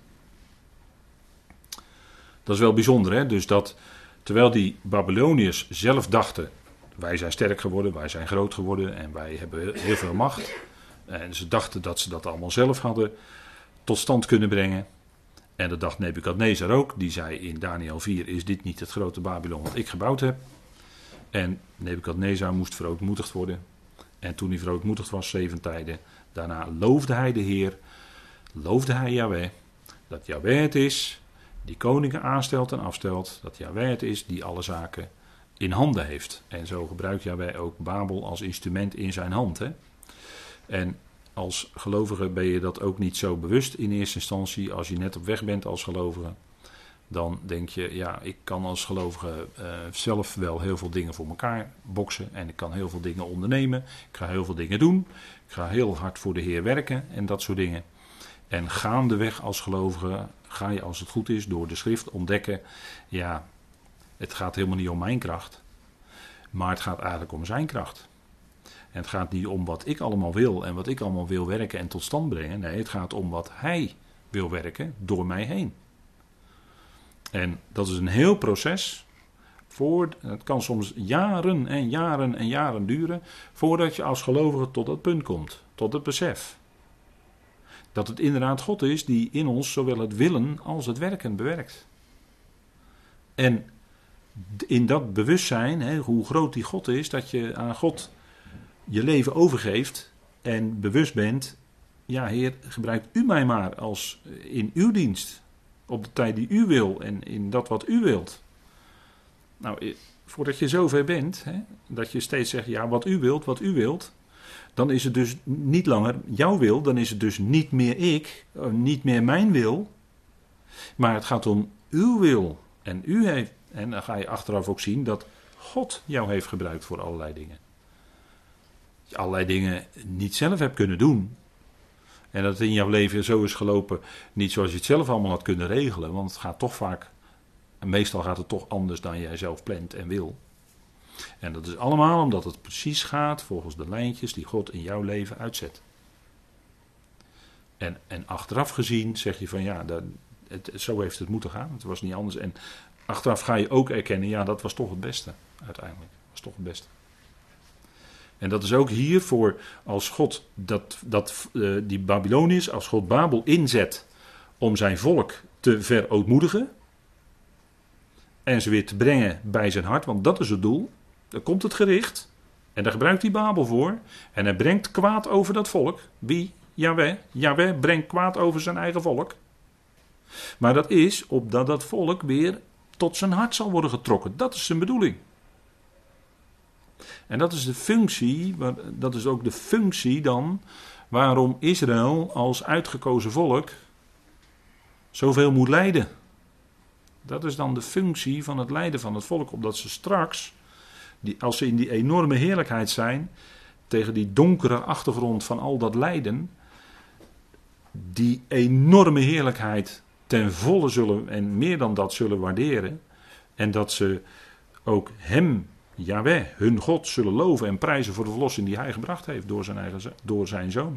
Dat is wel bijzonder, hè? Dus dat terwijl die Babyloniërs zelf dachten, wij zijn sterk geworden, wij zijn groot geworden en wij hebben heel veel macht. En ze dachten dat ze dat allemaal zelf hadden tot stand kunnen brengen. En dat dacht Nebukadnezar ook. Die zei in Daniel vier, is dit niet het grote Babylon wat ik gebouwd heb? En Nebukadnezar moest verootmoedigd worden. En toen hij verootmoedigd was, zeven tijden, daarna loofde hij de Heer, loofde hij Yahweh, dat Yahweh het is die koningen aanstelt en afstelt, dat Yahweh het is die alle zaken in handen heeft. En zo gebruikt Yahweh ook Babel als instrument in zijn hand. Hè? En als gelovige ben je dat ook niet zo bewust in eerste instantie. Als je net op weg bent als gelovige, dan denk je, ja, ik kan als gelovige uh, zelf wel heel veel dingen voor elkaar boksen. En ik kan heel veel dingen ondernemen. Ik ga heel veel dingen doen. Ik ga heel hard voor de Heer werken en dat soort dingen. En gaandeweg als gelovige ga je, als het goed is, door de schrift ontdekken, ja, het gaat helemaal niet om mijn kracht, maar het gaat eigenlijk om zijn kracht. En het gaat niet om wat ik allemaal wil en wat ik allemaal wil werken en tot stand brengen. Nee, het gaat om wat hij wil werken door mij heen. En dat is een heel proces. Voor, het kan soms jaren en jaren en jaren duren voordat je als gelovige tot dat punt komt, tot het besef. Dat het inderdaad God is die in ons zowel het willen als het werken bewerkt. En in dat bewustzijn, hè, hoe groot die God is, dat je aan God je leven overgeeft en bewust bent, ja Heer, gebruikt u mij maar als in uw dienst. Op de tijd die u wil en in dat wat u wilt. Nou, voordat je zover bent, hè, dat je steeds zegt, ja, wat u wilt, wat u wilt. Dan is het dus niet langer jouw wil, dan is het dus niet meer ik, niet meer mijn wil. Maar het gaat om uw wil. En u heeft, en dan ga je achteraf ook zien dat God jou heeft gebruikt voor allerlei dingen. Dat je allerlei dingen niet zelf hebt kunnen doen. En dat het in jouw leven zo is gelopen, niet zoals je het zelf allemaal had kunnen regelen. Want het gaat toch vaak, en meestal gaat het toch anders dan jij zelf plant en wil. En dat is allemaal omdat het precies gaat volgens de lijntjes die God in jouw leven uitzet. En, en achteraf gezien zeg je van ja, dat, het, zo heeft het moeten gaan. Het was niet anders. En achteraf ga je ook erkennen, ja, dat was toch het beste uiteindelijk. Dat was toch het beste. En dat is ook hier voor als God dat, dat, uh, die Babyloniërs, als God Babel inzet om zijn volk te verootmoedigen. En ze weer te brengen bij zijn hart, want dat is het doel. Dan komt het gericht. En daar gebruikt hij Babel voor. En hij brengt kwaad over dat volk. Wie? Jahweh. Jahweh brengt kwaad over zijn eigen volk. Maar dat is opdat dat volk weer tot zijn hart zal worden getrokken. Dat is zijn bedoeling. En dat is de functie, dat is ook de functie dan waarom Israël als uitgekozen volk zoveel moet lijden. Dat is dan de functie van het lijden van het volk, omdat ze straks, die, als ze in die enorme heerlijkheid zijn, tegen die donkere achtergrond van al dat lijden, die enorme heerlijkheid ten volle zullen en meer dan dat zullen waarderen. En dat ze ook hem, Jahweh, hun God, zullen loven en prijzen voor de verlossing die hij gebracht heeft door zijn, eigen, door zijn zoon.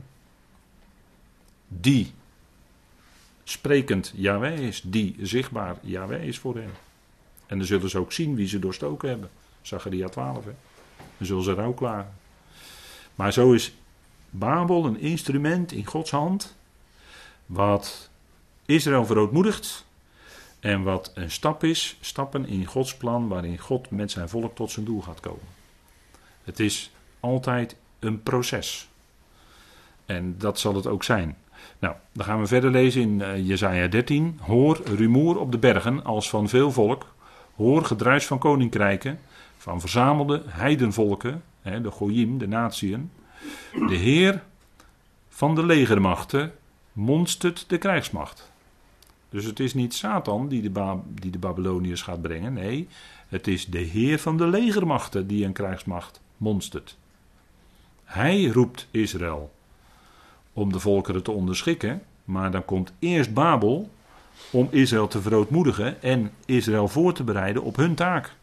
Die sprekend Jahweh is, die zichtbaar Jahweh is voor hen. En dan zullen ze ook zien wie ze doorstoken hebben. Zacharia twaalf, hè. Dan zullen ze rouw klagen. Maar zo is Babel een instrument in Gods hand, wat Israël verootmoedigt en wat een stap is, stappen in Gods plan waarin God met zijn volk tot zijn doel gaat komen. Het is altijd een proces. En dat zal het ook zijn. Nou, dan gaan we verder lezen in uh, Jesaja dertien. Hoor rumoer op de bergen als van veel volk. Hoor gedruis van koninkrijken, van verzamelde heidenvolken, hè, de Goyim, de natieën. De Heer van de legermachten monstert de krijgsmacht. Dus het is niet Satan die de, Ba- die de Babyloniërs gaat brengen. Nee, het is de Heer van de legermachten die een krijgsmacht monstert. Hij roept Israël om de volkeren te onderschikken. Maar dan komt eerst Babel om Israël te verootmoedigen en Israël voor te bereiden op hun taak.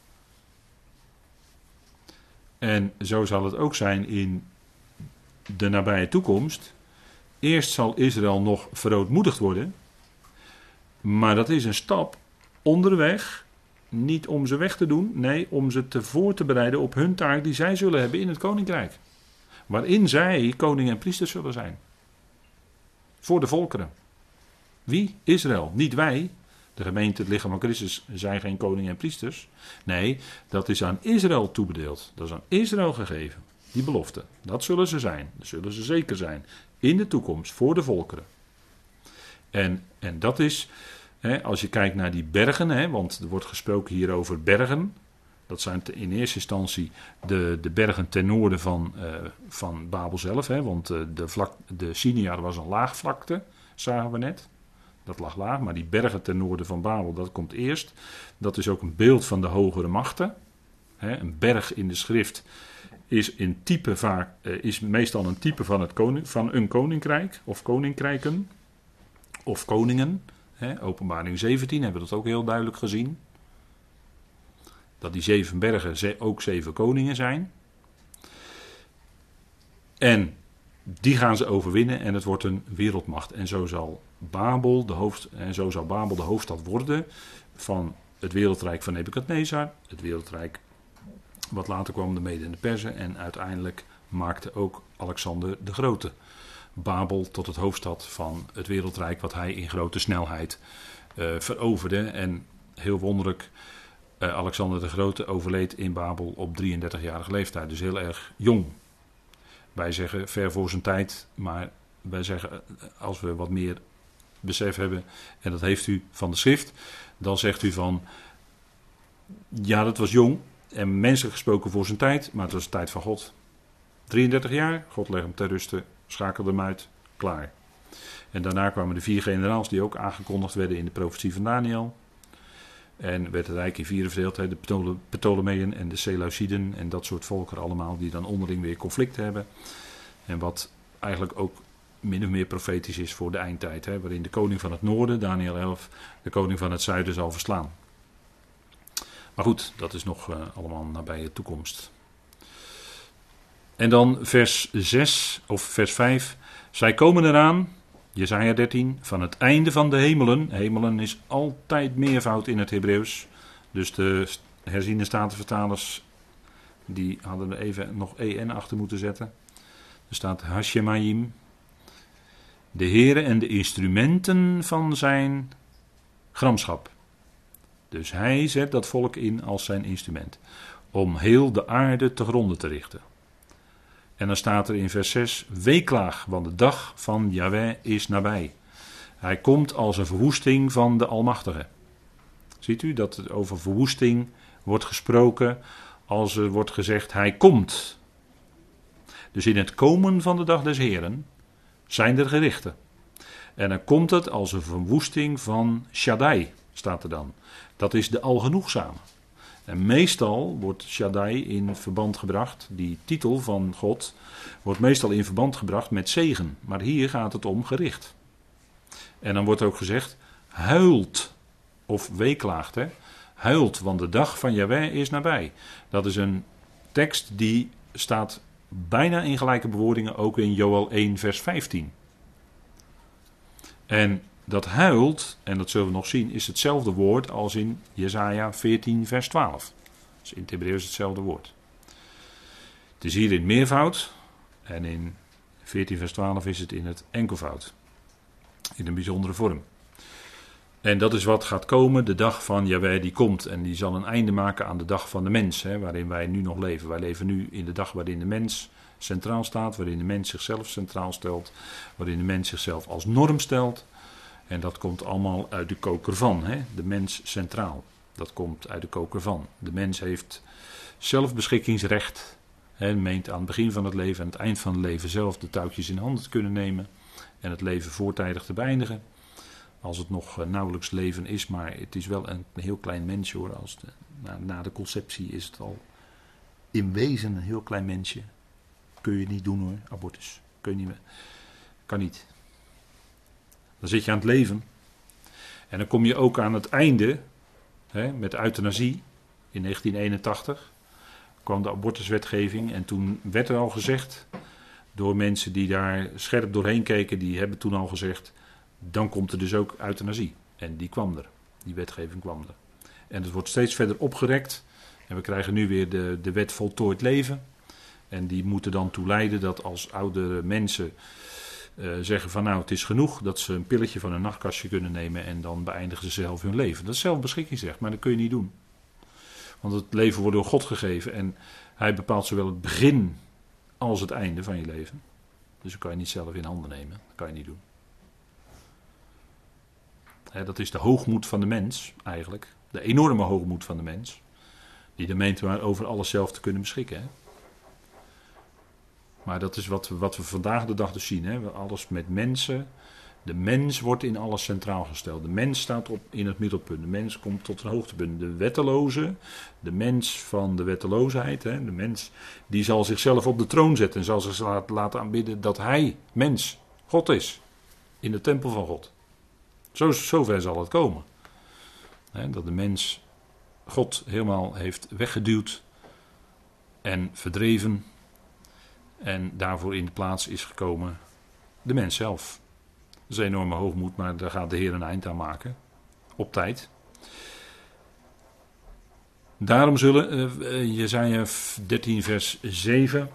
En zo zal het ook zijn in de nabije toekomst. Eerst zal Israël nog verootmoedigd worden. Maar dat is een stap onderweg. Niet om ze weg te doen. Nee, om ze te voor te bereiden op hun taak die zij zullen hebben in het koninkrijk. Waarin zij koning en priester zullen zijn. Voor de volkeren. Wie? Israël. Niet wij. De gemeente, het lichaam van Christus, zijn geen koning en priesters. Nee, dat is aan Israël toebedeeld. Dat is aan Israël gegeven. Die belofte. Dat zullen ze zijn. Dat zullen ze zeker zijn. In de toekomst. Voor de volkeren. En, en dat is, hè, als je kijkt naar die bergen, hè, want er wordt gesproken hier over bergen. Dat zijn in eerste instantie de, de bergen ten noorden van, uh, van Babel zelf. Hè, want uh, de, vlak, de Siniar was een laagvlakte, zagen we net. Dat lag laag, maar die bergen ten noorden van Babel, dat komt eerst. Dat is ook een beeld van de hogere machten. Hè, een berg in de schrift is, in type vaak, uh, is meestal een type van, het koning, van een koninkrijk of koninkrijken. Of koningen. Hè, Openbaring zeventien hebben we dat ook heel duidelijk gezien. Dat die zeven bergen ook zeven koningen zijn. En die gaan ze overwinnen en het wordt een wereldmacht. En zo zal Babel de, hoofd, en zo zal Babel de hoofdstad worden van het wereldrijk van Nebukadnezar. Het wereldrijk wat later kwam de Meden en de Perzen. En uiteindelijk maakte ook Alexander de Grote Babel tot het hoofdstad van het wereldrijk wat hij in grote snelheid uh, veroverde. En heel wonderlijk, uh, Alexander de Grote overleed in Babel op drieëndertigjarige leeftijd. Dus heel erg jong. Wij zeggen ver voor zijn tijd, maar wij zeggen, als we wat meer besef hebben, en dat heeft u van de schrift, dan zegt u van, ja, dat was jong en menselijk gesproken voor zijn tijd, maar het was de tijd van God. drieëndertig jaar, God legde hem ter ruste, schakelde hem uit, klaar. En daarna kwamen de vier generaals die ook aangekondigd werden in de profetie van Daniel. En werd het rijk in vieren verdeeld, de Ptolemeën en de Seleuciden en dat soort volkeren allemaal, die dan onderling weer conflicten hebben. En wat eigenlijk ook min of meer profetisch is voor de eindtijd, hè, waarin de koning van het noorden, Daniel elf, de koning van het zuiden zal verslaan. Maar goed, dat is nog uh, allemaal nabije toekomst. En dan vers zes of vers vijf. Zij komen eraan, Jesaja dertien, van het einde van de hemelen. Hemelen is altijd meervoud in het Hebreeuws. Dus de herziene statenvertalers, die hadden er even nog en achter moeten zetten. Er staat Hashemayim. De Heere en de instrumenten van zijn gramschap. Dus hij zet dat volk in als zijn instrument. Om heel de aarde te gronden te richten. En dan staat er in vers zes. Weeklaag, want de dag van Jahweh is nabij. Hij komt als een verwoesting van de Almachtige. Ziet u dat het over verwoesting wordt gesproken als er wordt gezegd hij komt. Dus in het komen van de dag des Heren zijn er gerichten. En dan komt het als een verwoesting van Shaddai, staat er dan. Dat is de Algenoegzame. En meestal wordt Shaddai in verband gebracht, die titel van God, wordt meestal in verband gebracht met zegen. Maar hier gaat het om gericht. En dan wordt ook gezegd, huilt, of weeklaagt, hè. Huilt, want de dag van Jahweh is nabij. Dat is een tekst die staat bijna in gelijke bewoordingen ook in Joël één vers vijftien. En dat huilt, en dat zullen we nog zien, is hetzelfde woord als in Jesaja veertien vers twaalf. Dus in het Hebreeuws hetzelfde woord. Het is hier in meervoud en in veertien vers twaalf is het in het enkelvoud. In een bijzondere vorm. En dat is wat gaat komen, de dag van Jahweh die komt. En die zal een einde maken aan de dag van de mens, hè, waarin wij nu nog leven. Wij leven nu in de dag waarin de mens centraal staat, waarin de mens zichzelf centraal stelt, waarin de mens zichzelf als norm stelt. En dat komt allemaal uit de koker van, hè? De mens centraal. Dat komt uit de koker van. De mens heeft zelfbeschikkingsrecht. Hè, meent aan het begin van het leven en het eind van het leven zelf de touwtjes in handen te kunnen nemen. En het leven voortijdig te beëindigen. Als het nog nauwelijks leven is, maar het is wel een heel klein mensje hoor. Als de, na, na de conceptie is het al in wezen een heel klein mensje. Kun je niet doen hoor, abortus. Kun je niet meer. Kan niet. Dan zit je aan het leven. En dan kom je ook aan het einde, hè, met euthanasie. In negentien eenentachtig kwam de abortuswetgeving. En toen werd er al gezegd, door mensen die daar scherp doorheen keken, die hebben toen al gezegd, dan komt er dus ook euthanasie. En die kwam er. Die wetgeving kwam er. En het wordt steeds verder opgerekt. En we krijgen nu weer de, de wet voltooid leven. En die moeten dan toe leiden dat als oudere mensen Uh, zeggen van nou het is genoeg, dat ze een pilletje van een nachtkastje kunnen nemen en dan beëindigen ze zelf hun leven. Dat is zelfbeschikkingsrecht, maar dat kun je niet doen. Want het leven wordt door God gegeven en hij bepaalt zowel het begin als het einde van je leven. Dus dat kan je niet zelf in handen nemen, dat kan je niet doen. Hè, dat is de hoogmoed van de mens eigenlijk, de enorme hoogmoed van de mens, die dan meent maar over alles zelf te kunnen beschikken. Hè. Maar dat is wat we, wat we vandaag de dag dus zien. Hè? Alles met mensen. De mens wordt in alles centraal gesteld. De mens staat op, in het middelpunt. De mens komt tot een hoogtepunt. De wetteloze, de mens van de wetteloosheid. Hè? De mens die zal zichzelf op de troon zetten. En zal zich laten aanbidden dat hij, mens, God is. In de tempel van God. Zo, zover zal het komen. Hè? Dat de mens God helemaal heeft weggeduwd en verdreven. En daarvoor in de plaats is gekomen de mens zelf. Dat is een enorme hoogmoed, maar daar gaat de Heer een eind aan maken. Op tijd. Daarom zullen, uh, Jesaja dertien vers zeven.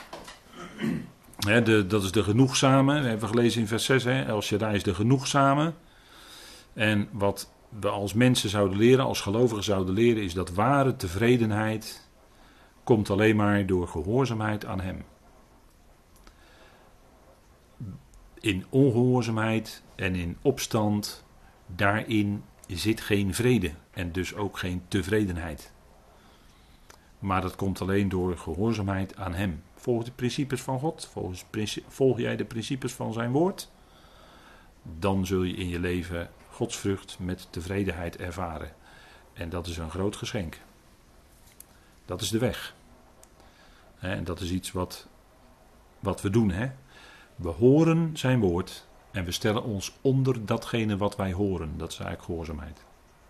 Hè, de, dat is de genoegzame. Dat hebben we gelezen in vers zes. Hè, El Shaddai is de genoegzame. En wat we als mensen zouden leren, als gelovigen zouden leren, is dat ware tevredenheid komt alleen maar door gehoorzaamheid aan hem. in ongehoorzaamheid en in opstand, daarin zit geen vrede en dus ook geen tevredenheid. Maar dat komt alleen door gehoorzaamheid aan hem. Volg de principes van God, volg, volg jij de principes van zijn woord, dan zul je in je leven godsvrucht met tevredenheid ervaren. En dat is een groot geschenk. Dat is de weg. En dat is iets wat, wat we doen. Hè? We horen zijn woord en we stellen ons onder datgene wat wij horen. Dat is eigenlijk gehoorzaamheid.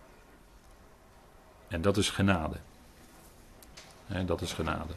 En dat is genade. En dat is genade.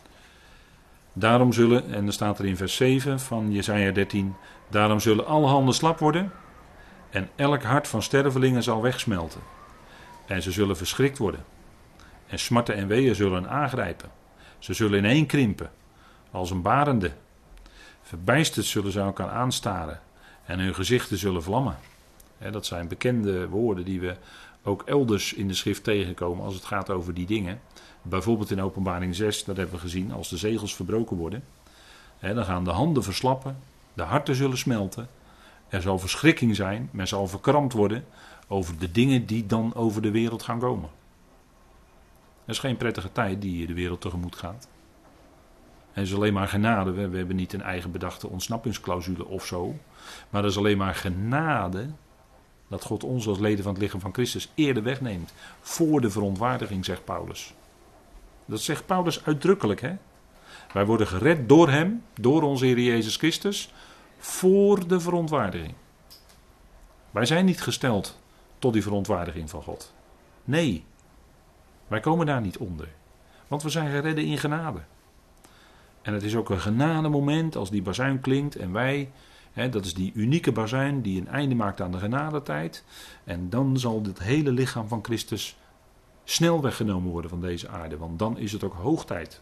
Daarom zullen, en dan staat er in vers zeven van Jesaja dertien, daarom zullen alle handen slap worden en elk hart van stervelingen zal wegsmelten. En ze zullen verschrikt worden. En smarten en weeën zullen aangrijpen. Ze zullen ineen krimpen, als een barende. Verbijsterd zullen ze elkaar aanstaren en hun gezichten zullen vlammen. He, dat zijn bekende woorden die we ook elders in de schrift tegenkomen als het gaat over die dingen. Bijvoorbeeld in Openbaring zes, dat hebben we gezien, als de zegels verbroken worden. He, dan gaan de handen verslappen, de harten zullen smelten. Er zal verschrikking zijn, men zal verkrampt worden over de dingen die dan over de wereld gaan komen. Dat is geen prettige tijd die de wereld tegemoet gaat. Het is alleen maar genade. We hebben niet een eigen bedachte ontsnappingsclausule of zo. Maar dat is alleen maar genade dat God ons als leden van het lichaam van Christus eerder wegneemt. Voor de verontwaardiging, zegt Paulus. Dat zegt Paulus uitdrukkelijk. Hè? Wij worden gered door hem, door onze Heer Jezus Christus, voor de verontwaardiging. Wij zijn niet gesteld tot die verontwaardiging van God. Nee, wij komen daar niet onder. Want we zijn geredden in genade. En het is ook een genade moment als die bazuin klinkt en wij, hè, dat is die unieke bazuin die een einde maakt aan de genadetijd. En dan zal het hele lichaam van Christus snel weggenomen worden van deze aarde, want dan is het ook hoog tijd.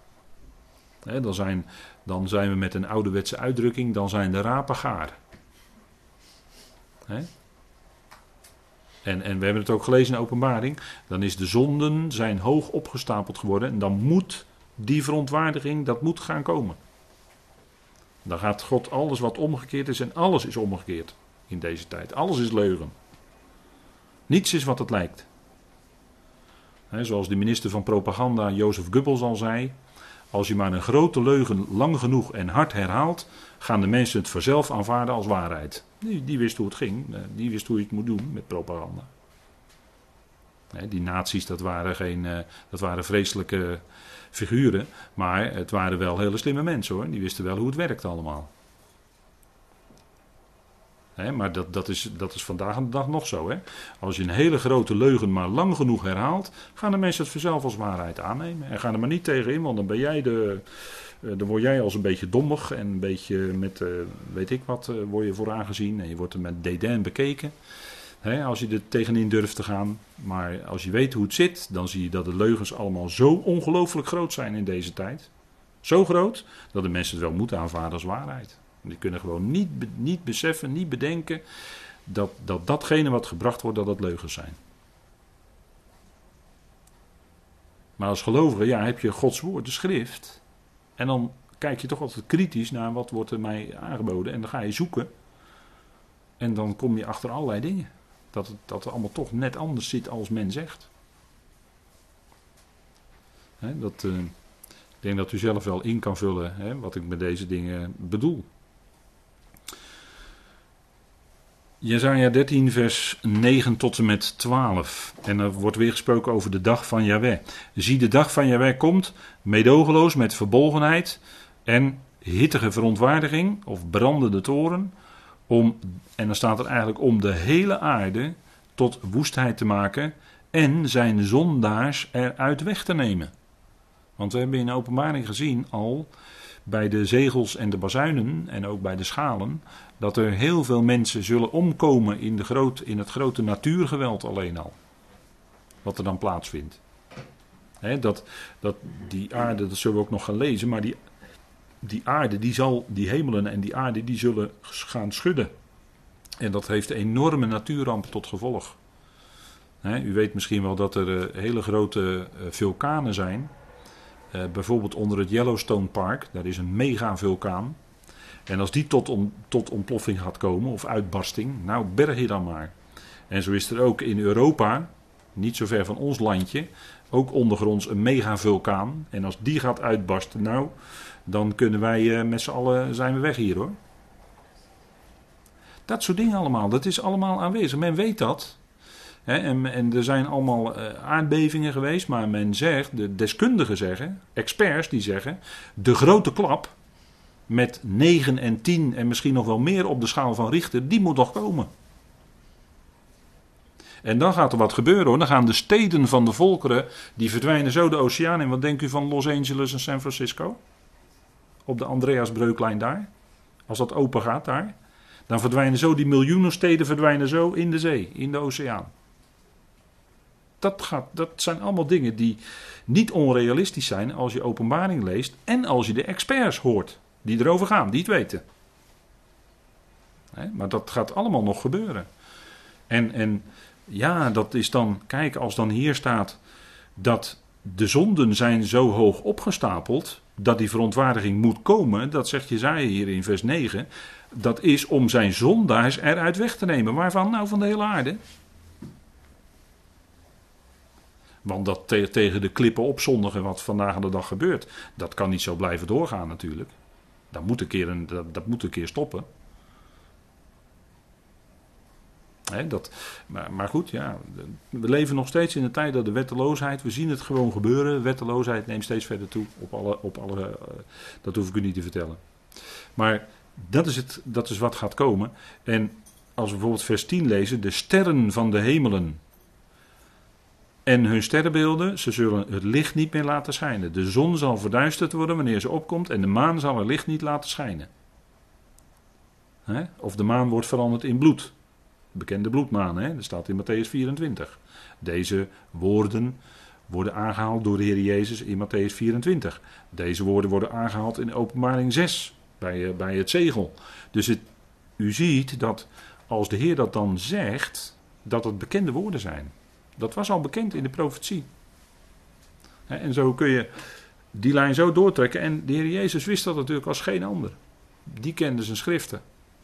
Hè, dan, zijn, dan zijn we met een ouderwetse uitdrukking, dan zijn de rapen gaar. Hè? En, en we hebben het ook gelezen in Openbaring, dan is de zonden zijn hoog opgestapeld geworden en dan moet die verontwaardiging, dat moet gaan komen. Dan gaat God alles wat omgekeerd is en alles is omgekeerd in deze tijd. Alles is leugen. Niets is wat het lijkt. He, zoals de minister van Propaganda Jozef Goebbels al zei, als je maar een grote leugen lang genoeg en hard herhaalt, gaan de mensen het vanzelf aanvaarden als waarheid. Die, die wist hoe het ging, die wist hoe je het moet doen met propaganda. He, die nazi's, dat waren, geen, dat waren vreselijke figuren, maar het waren wel hele slimme mensen hoor. Die wisten wel hoe het werkte allemaal. He, maar dat, dat, is, dat is vandaag de dag nog zo. Hè? Als je een hele grote leugen maar lang genoeg herhaalt, gaan de mensen het vanzelf als waarheid aannemen. En gaan er maar niet tegen in, want dan ben jij de, uh, dan word jij als een beetje dommig en een beetje met, uh, weet ik wat, uh, word je voor aangezien. En je wordt er met dédain bekeken. He, als je er tegenin durft te gaan. Maar als je weet hoe het zit, dan zie je dat de leugens allemaal zo ongelooflijk groot zijn in deze tijd. Zo groot, dat de mensen het wel moeten aanvaarden als waarheid. Die kunnen gewoon niet, niet beseffen, niet bedenken dat, dat datgene wat gebracht wordt, dat dat leugens zijn. Maar als gelovige, ja, heb je Gods woord, de schrift. En dan kijk je toch altijd kritisch naar wat wordt er mij aangeboden. En dan ga je zoeken. En dan kom je achter allerlei dingen. Dat het, dat het allemaal toch net anders zit als men zegt. He, dat, uh, ik denk dat u zelf wel in kan vullen he, wat ik met deze dingen bedoel. Jesaja dertien vers negen tot en met twaalf. En er wordt weer gesproken over de dag van Jahweh. Zie, de dag van Jahweh komt, meedogenloos met verbolgenheid en hittige verontwaardiging of brandende toren. Om, en dan staat er eigenlijk om de hele aarde tot woestheid te maken en zijn zondaars eruit weg te nemen. Want we hebben in de Openbaring gezien al bij de zegels en de bazuinen en ook bij de schalen, dat er heel veel mensen zullen omkomen in, de groot, in het grote natuurgeweld alleen al. Wat er dan plaatsvindt. He, dat, dat die aarde, dat zullen we ook nog gaan lezen, maar die, die aarde, die zal, die hemelen en die aarde, die zullen gaan schudden. En dat heeft enorme natuurrampen tot gevolg. He, u weet misschien wel dat er uh, hele grote uh, vulkanen zijn. Uh, bijvoorbeeld onder het Yellowstone Park, daar is een mega vulkaan. En als die tot, om, tot ontploffing gaat komen, of uitbarsting, nou berg je dan maar. En zo is er ook in Europa, niet zo ver van ons landje, ook ondergronds een megavulkaan. En als die gaat uitbarsten, nou, dan kunnen wij uh, met z'n allen, zijn we weg hier hoor. Dat soort dingen allemaal, dat is allemaal aanwezig. Men weet dat. Hè, en, en er zijn allemaal uh, aardbevingen geweest, maar men zegt, de deskundigen zeggen, experts die zeggen, de grote klap met negen en tien en misschien nog wel meer op de schaal van Richter, die moet nog komen. En dan gaat er wat gebeuren hoor. Dan gaan de steden van de volkeren, die verdwijnen zo de oceaan in. Wat denkt u van Los Angeles en San Francisco? Op de Andreasbreuklijn daar. Als dat open gaat daar. Dan verdwijnen zo die miljoenen steden verdwijnen zo in de zee, in de oceaan. Dat, gaat, dat zijn allemaal dingen die niet onrealistisch zijn als je Openbaring leest. En als je de experts hoort die erover gaan, die het weten. He, maar dat gaat allemaal nog gebeuren. En... en ja, dat is dan, kijk, als dan hier staat dat de zonden zijn zo hoog opgestapeld, dat die verontwaardiging moet komen, dat zegt Jesaja hier in vers negen, dat is om zijn zondaars eruit weg te nemen. Waarvan? Nou, van de hele aarde. Want dat te- tegen de klippen opzondigen wat vandaag aan de dag gebeurt, dat kan niet zo blijven doorgaan natuurlijk. Dat moet een keer, een, dat, dat moet een keer stoppen. He, dat, maar, maar goed, ja, we leven nog steeds in de tijd dat de wetteloosheid, we zien het gewoon gebeuren. Wetteloosheid neemt steeds verder toe. Op alle, op alle, uh, dat hoef ik u niet te vertellen. Maar dat is, het, dat is wat gaat komen. En als we bijvoorbeeld vers tien lezen, de sterren van de hemelen en hun sterrenbeelden, ze zullen het licht niet meer laten schijnen. De zon zal verduisterd worden wanneer ze opkomt en de maan zal het licht niet laten schijnen. He? Of de maan wordt veranderd in bloed. Bekende bloedmaan, hè? Dat staat in Matthäus vierentwintig. Deze woorden worden aangehaald door de Heer Jezus in Matthäus vierentwintig. Deze woorden worden aangehaald in Openbaring zes, bij, bij het zegel. Dus het, u ziet dat als de Heer dat dan zegt, dat het bekende woorden zijn. Dat was al bekend in de profetie. En zo kun je die lijn zo doortrekken. En de Heer Jezus wist dat natuurlijk als geen ander. Die kende zijn schriften.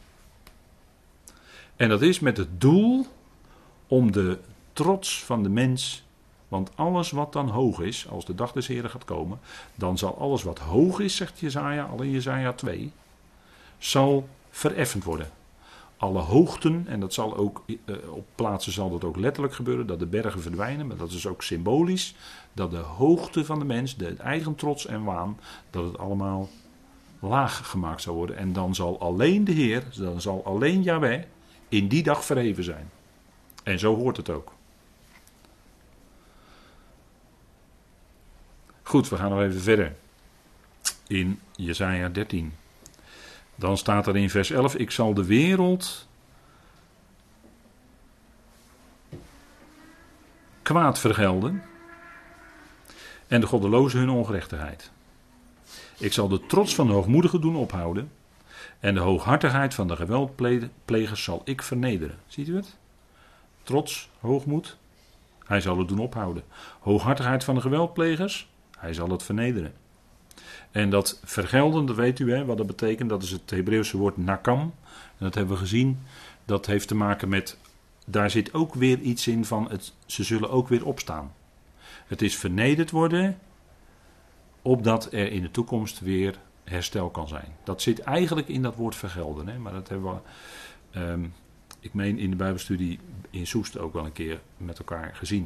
En dat is met het doel om de trots van de mens, want alles wat dan hoog is, als de dag des Heren gaat komen, dan zal alles wat hoog is, zegt Jesaja, al in Jesaja twee, zal vereffend worden. Alle hoogten, en dat zal ook, op plaatsen zal dat ook letterlijk gebeuren, dat de bergen verdwijnen, maar dat is ook symbolisch, dat de hoogte van de mens, de eigen trots en waan, dat het allemaal laag gemaakt zal worden. En dan zal alleen de Heer, dan zal alleen Yahweh, in die dag verheven zijn. En zo hoort het ook. Goed, we gaan nog even verder. In Jesaja dertien. Dan staat er in vers elf: ik zal de wereld kwaad vergelden en de goddelozen hun ongerechtigheid. Ik zal de trots van de hoogmoedigen doen ophouden en de hooghartigheid van de geweldplegers zal ik vernederen. Ziet u het? Trots, hoogmoed, hij zal het doen ophouden. Hooghartigheid van de geweldplegers, hij zal het vernederen. En dat vergelden, dat weet u hè, wat dat betekent. Dat is het Hebreeuwse woord nakam. En dat hebben we gezien. Dat heeft te maken met, daar zit ook weer iets in van, het, ze zullen ook weer opstaan. Het is vernederd worden, opdat er in de toekomst weer herstel kan zijn. Dat zit eigenlijk in dat woord vergelden. Hè? Maar dat hebben we, um, ik meen in de Bijbelstudie in Soest ook wel een keer met elkaar gezien.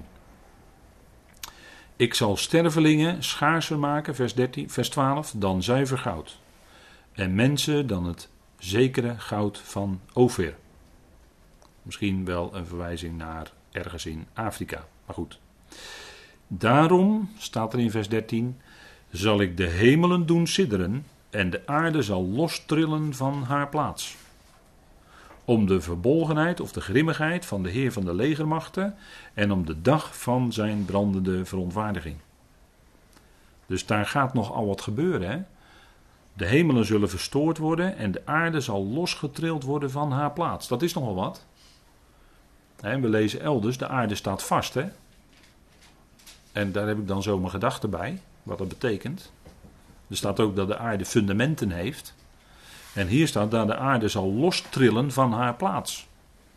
Ik zal stervelingen schaarser maken, vers, dertien, vers twaalf, dan zuiver goud. En mensen dan het zekere goud van Ofir. Misschien wel een verwijzing naar ergens in Afrika. Maar goed. Daarom, staat er in vers dertien, zal ik de hemelen doen sidderen en de aarde zal lostrillen van haar plaats. Om de verbolgenheid of de grimmigheid van de Heer van de legermachten en om de dag van zijn brandende verontwaardiging. Dus daar gaat nog al wat gebeuren. Hè? De hemelen zullen verstoord worden en de aarde zal losgetrild worden van haar plaats. Dat is nogal wat. Hè, we lezen elders, de aarde staat vast. Hè? En daar heb ik dan zo mijn gedachten bij, wat dat betekent. Er staat ook dat de aarde fundamenten heeft. En hier staat dat de aarde zal lostrillen van haar plaats.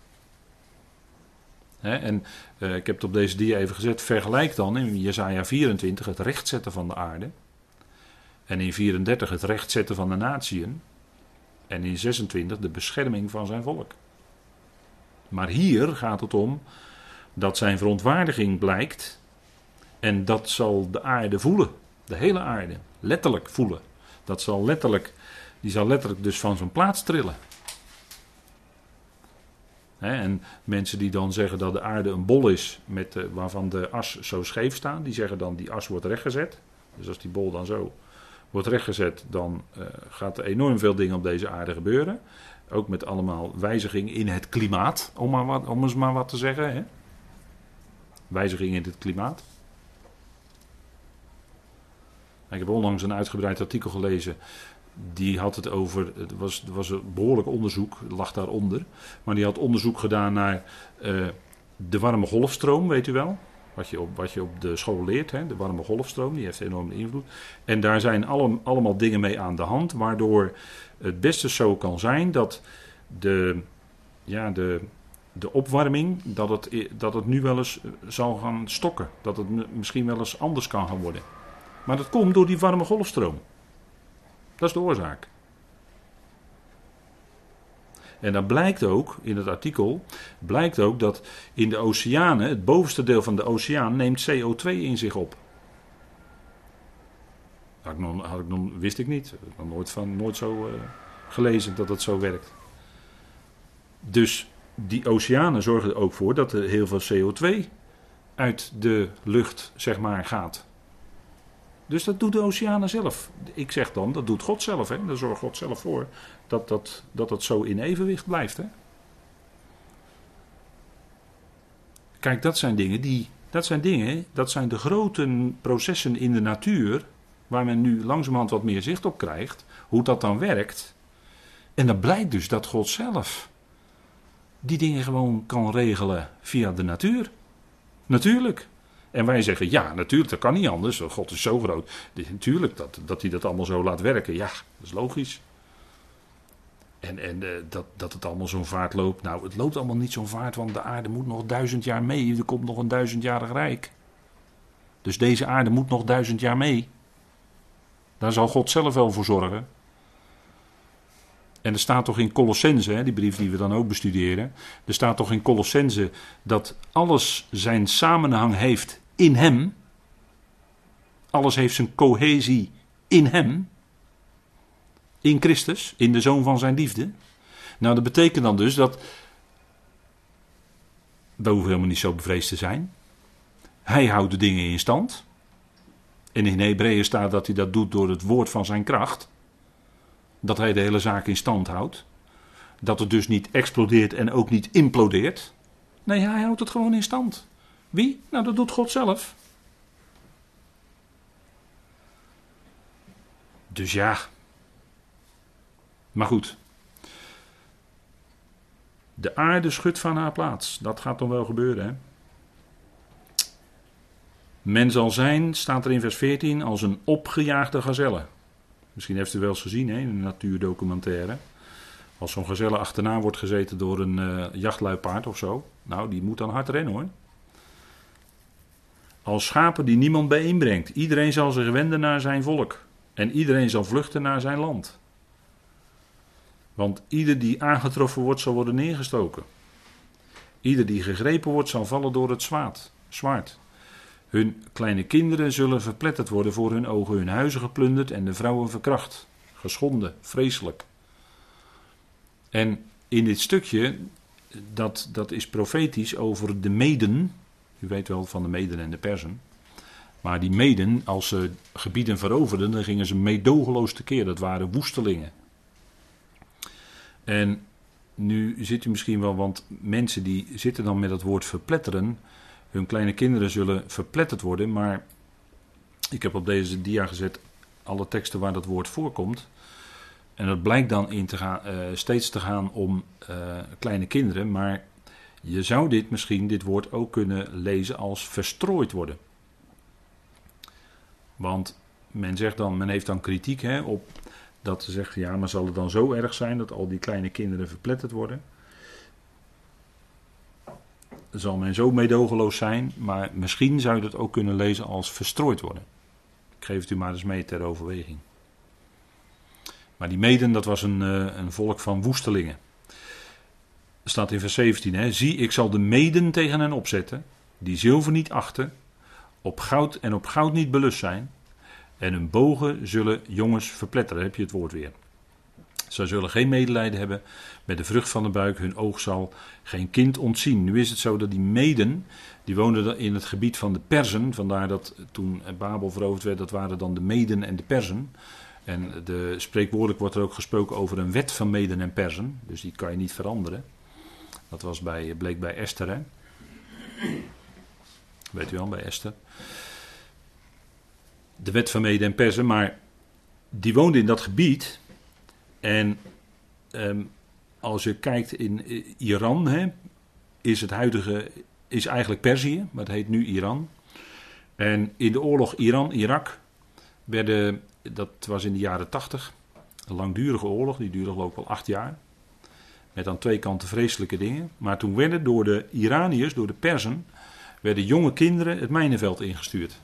He, en uh, ik heb het op deze dia even gezet. Vergelijk dan in Jesaja vierentwintig het rechtzetten van de aarde. En in vierendertig het rechtzetten van de natieën. En in zesentwintig de bescherming van zijn volk. Maar hier gaat het om dat zijn verontwaardiging blijkt. En dat zal de aarde voelen. De hele aarde. Letterlijk voelen. Dat zal letterlijk, die zal letterlijk dus van zijn plaats trillen. He, en mensen die dan zeggen dat de aarde een bol is met, uh, waarvan de as zo scheef staat, die zeggen dan die as wordt rechtgezet. Dus als die bol dan zo wordt rechtgezet, dan uh, gaat er enorm veel dingen op deze aarde gebeuren. Ook met allemaal wijzigingen in het klimaat, om, maar wat, om eens maar wat te zeggen. Hè? Wijzigingen in het klimaat. Ik heb onlangs een uitgebreid artikel gelezen. Die had het over, het was, het was een behoorlijk onderzoek, lag daaronder. Maar die had onderzoek gedaan naar uh, de warme golfstroom, weet u wel. Wat je op, wat je op de school leert, hè? De warme golfstroom, die heeft enorme invloed. En daar zijn alle, allemaal dingen mee aan de hand, waardoor het beste zo kan zijn dat de, ja, de, de opwarming, dat het, dat het nu wel eens zal gaan stokken. Dat het misschien wel eens anders kan gaan worden. Maar dat komt door die warme golfstroom. Dat is de oorzaak. En dan blijkt ook, in het artikel, blijkt ook dat in de oceanen, het bovenste deel van de oceaan, neemt C O twee in zich op. Had ik nog, had ik nog, wist ik niet. Ik heb nog nooit, van, nooit zo uh, gelezen dat het zo werkt. Dus die oceanen zorgen er ook voor dat er heel veel C O twee uit de lucht, zeg maar, gaat. Dus dat doet de oceanen zelf. Ik zeg dan, dat doet God zelf. Hè? Daar zorgt God zelf voor dat dat, dat het zo in evenwicht blijft. Hè? Kijk, dat zijn dingen die, dat zijn dingen, dat zijn de grote processen in de natuur, waar men nu langzamerhand wat meer zicht op krijgt, hoe dat dan werkt. En dan blijkt dus dat God zelf die dingen gewoon kan regelen via de natuur. Natuurlijk. En wij zeggen, ja, natuurlijk, dat kan niet anders. God is zo groot. Natuurlijk, dat, dat hij dat allemaal zo laat werken. Ja, dat is logisch. En, en uh, dat, dat het allemaal zo'n vaart loopt. Nou, het loopt allemaal niet zo'n vaart, want de aarde moet nog duizend jaar mee. Er komt nog een duizendjarig rijk. Dus deze aarde moet nog duizend jaar mee. Daar zal God zelf wel voor zorgen. En er staat toch in Colossense, hè, die brief die we dan ook bestuderen. Er staat toch in Colossense dat alles zijn samenhang heeft in hem. Alles heeft zijn cohesie in hem. In Christus, in de Zoon van zijn liefde. Nou, dat betekent dan dus dat, we hoeven helemaal niet zo bevreesd te zijn. Hij houdt de dingen in stand. En in Hebreeën staat dat hij dat doet door het woord van zijn kracht. Dat hij de hele zaak in stand houdt. Dat het dus niet explodeert en ook niet implodeert. Nee, hij houdt het gewoon in stand. Wie? Nou, dat doet God zelf. Dus ja. Maar goed. De aarde schudt van haar plaats. Dat gaat dan wel gebeuren, hè. Men zal zijn, staat er in vers veertien, als een opgejaagde gazelle. Misschien heeft u wel eens gezien, hè, in een natuurdocumentaire. Als zo'n gazelle achterna wordt gezeten door een uh, jachtluipaard of zo. Nou, die moet dan hard rennen, hoor. Als schapen die niemand bijeenbrengt. Iedereen zal zich wenden naar zijn volk. En iedereen zal vluchten naar zijn land. Want ieder die aangetroffen wordt, zal worden neergestoken. Ieder die gegrepen wordt, zal vallen door het zwaard. zwaard. Hun kleine kinderen zullen verpletterd worden voor hun ogen, hun huizen geplunderd en de vrouwen verkracht. Geschonden, vreselijk. En in dit stukje, dat, dat is profetisch over de Meden. U weet wel van de Meden en de Persen. Maar die Meden, als ze gebieden veroverden, dan gingen ze meedogenloos tekeer. Dat waren woestelingen. En nu zit u misschien wel, want mensen die zitten dan met het woord verpletteren. Hun kleine kinderen zullen verpletterd worden, maar ik heb op deze dia gezet alle teksten waar dat woord voorkomt. En dat blijkt dan in te gaan, uh, steeds te gaan om uh, kleine kinderen, maar je zou dit misschien, dit woord ook kunnen lezen als verstrooid worden. Want men zegt dan, men heeft dan kritiek hè, op dat ze zegt, ja, maar zal het dan zo erg zijn dat al die kleine kinderen verpletterd worden? Zal men zo meedogenloos zijn, maar misschien zou je dat ook kunnen lezen als verstrooid worden. Ik geef het u maar eens mee ter overweging. Maar die Meden, dat was een, een volk van woestelingen. Er staat in vers zeventien, hè, zie, ik zal de Meden tegen hen opzetten, die zilver niet achten, op goud en op goud niet belust zijn, en hun bogen zullen jongens verpletteren. Heb je het woord weer. Zij zullen geen medelijden hebben met de vrucht van de buik, hun oog zal geen kind ontzien. Nu is het zo dat die Meden, die woonden in het gebied van de Perzen, vandaar dat toen Babel veroverd werd, dat waren dan de Meden en de Perzen. En de, spreekwoordelijk wordt er ook gesproken over een wet van Meden en Perzen, dus die kan je niet veranderen. Dat was bij, bleek bij Esther, hè? Weet u wel, bij Esther. De wet van Meden en Perzen, maar die woonden in dat gebied. En um, als je kijkt in Iran, hè, is het huidige, is eigenlijk Perzië, maar het heet nu Iran. En in de oorlog Iran-Irak werden, dat was in de jaren tachtig, een langdurige oorlog, die duurde geloof ik wel acht jaar. Met aan twee kanten vreselijke dingen. Maar toen werden door de Iraniërs, door de Perzen, werden jonge kinderen het mijnenveld ingestuurd.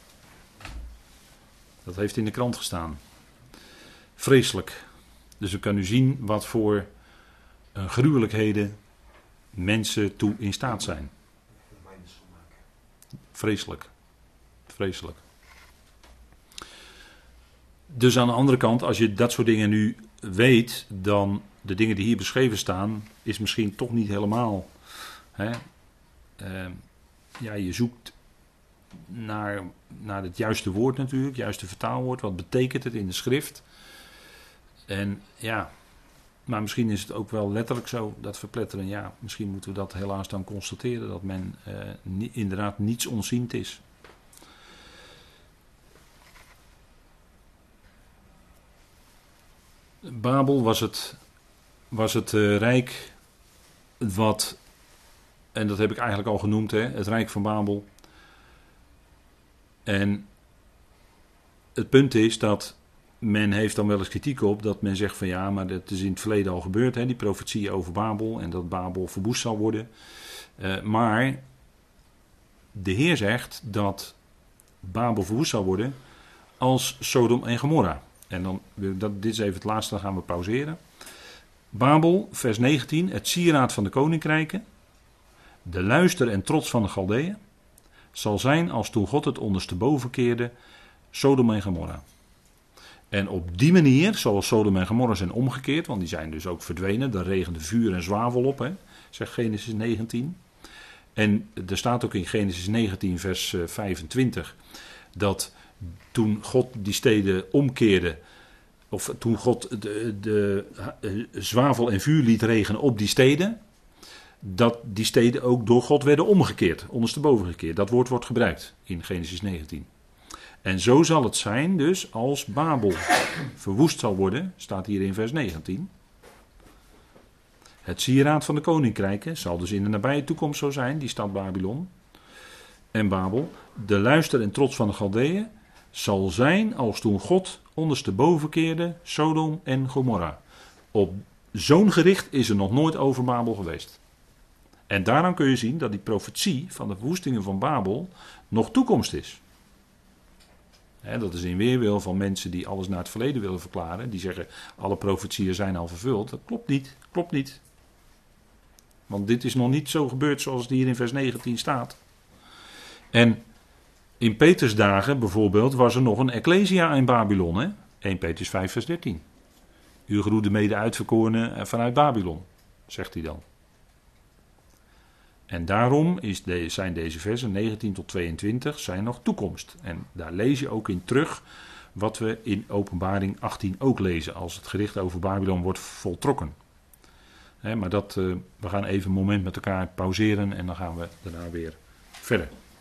Dat heeft in de krant gestaan. Vreselijk. Dus we kunnen u zien wat voor uh, gruwelijkheden mensen toe in staat zijn. Vreselijk. Vreselijk. Dus aan de andere kant, als je dat soort dingen nu weet, dan de dingen die hier beschreven staan, is misschien toch niet helemaal. Hè, uh, ja, je zoekt naar, naar het juiste woord natuurlijk, het juiste vertaalwoord. Wat betekent het in de schrift? En ja, maar misschien is het ook wel letterlijk zo, dat verpletteren. Ja, misschien moeten we dat helaas dan constateren, dat men uh, ni- inderdaad niets onziend is. Babel was het, was het uh, rijk wat, en dat heb ik eigenlijk al genoemd, hè, het rijk van Babel. En het punt is dat men heeft dan wel eens kritiek op dat men zegt van ja, maar dat is in het verleden al gebeurd, hè, die profetieën over Babel en dat Babel verwoest zal worden. Uh, maar de Heer zegt dat Babel verwoest zal worden als Sodom en Gomorra. En dan, dat, dit is even het laatste, dan gaan we pauzeren. Babel, vers negentien, het sieraad van de koninkrijken, de luister en trots van de Galdeeën, zal zijn als toen God het ondersteboven keerde, Sodom en Gomorra. En op die manier, zoals Sodom en Gomorra zijn omgekeerd, want die zijn dus ook verdwenen, daar regende vuur en zwavel op, hè, zegt Genesis negentien. En er staat ook in Genesis negentien, vers vijfentwintig, dat toen God die steden omkeerde, of toen God de, de, de zwavel en vuur liet regenen op die steden, dat die steden ook door God werden omgekeerd, ondersteboven gekeerd. Dat woord wordt gebruikt in Genesis negentien. En zo zal het zijn dus als Babel verwoest zal worden, staat hier in vers negentien. Het sieraad van de koninkrijken zal dus in de nabije toekomst zo zijn, die stad Babylon en Babel. De luister en trots van de Galdeeën zal zijn als toen God ondersteboven keerde Sodom en Gomorra. Op zo'n gericht is er nog nooit over Babel geweest. En daaraan kun je zien dat die profetie van de verwoestingen van Babel nog toekomst is. He, dat is in weerwil van mensen die alles naar het verleden willen verklaren. Die zeggen, alle profetieën zijn al vervuld. Dat klopt niet, klopt niet. Want dit is nog niet zo gebeurd zoals het hier in vers negentien staat. En in Peters dagen bijvoorbeeld was er nog een ecclesia in Babylon. Hè? eerste Petrus vijf vers dertien. U geroede mede uitverkorenen vanuit Babylon, zegt hij dan. En daarom is de, zijn deze versen negentien tot tweeëntwintig zijn nog toekomst. En daar lees je ook in terug wat we in Openbaring achttien ook lezen, als het gericht over Babylon wordt voltrokken. He, maar dat, uh, we gaan even een moment met elkaar pauzeren en dan gaan we daarna weer verder.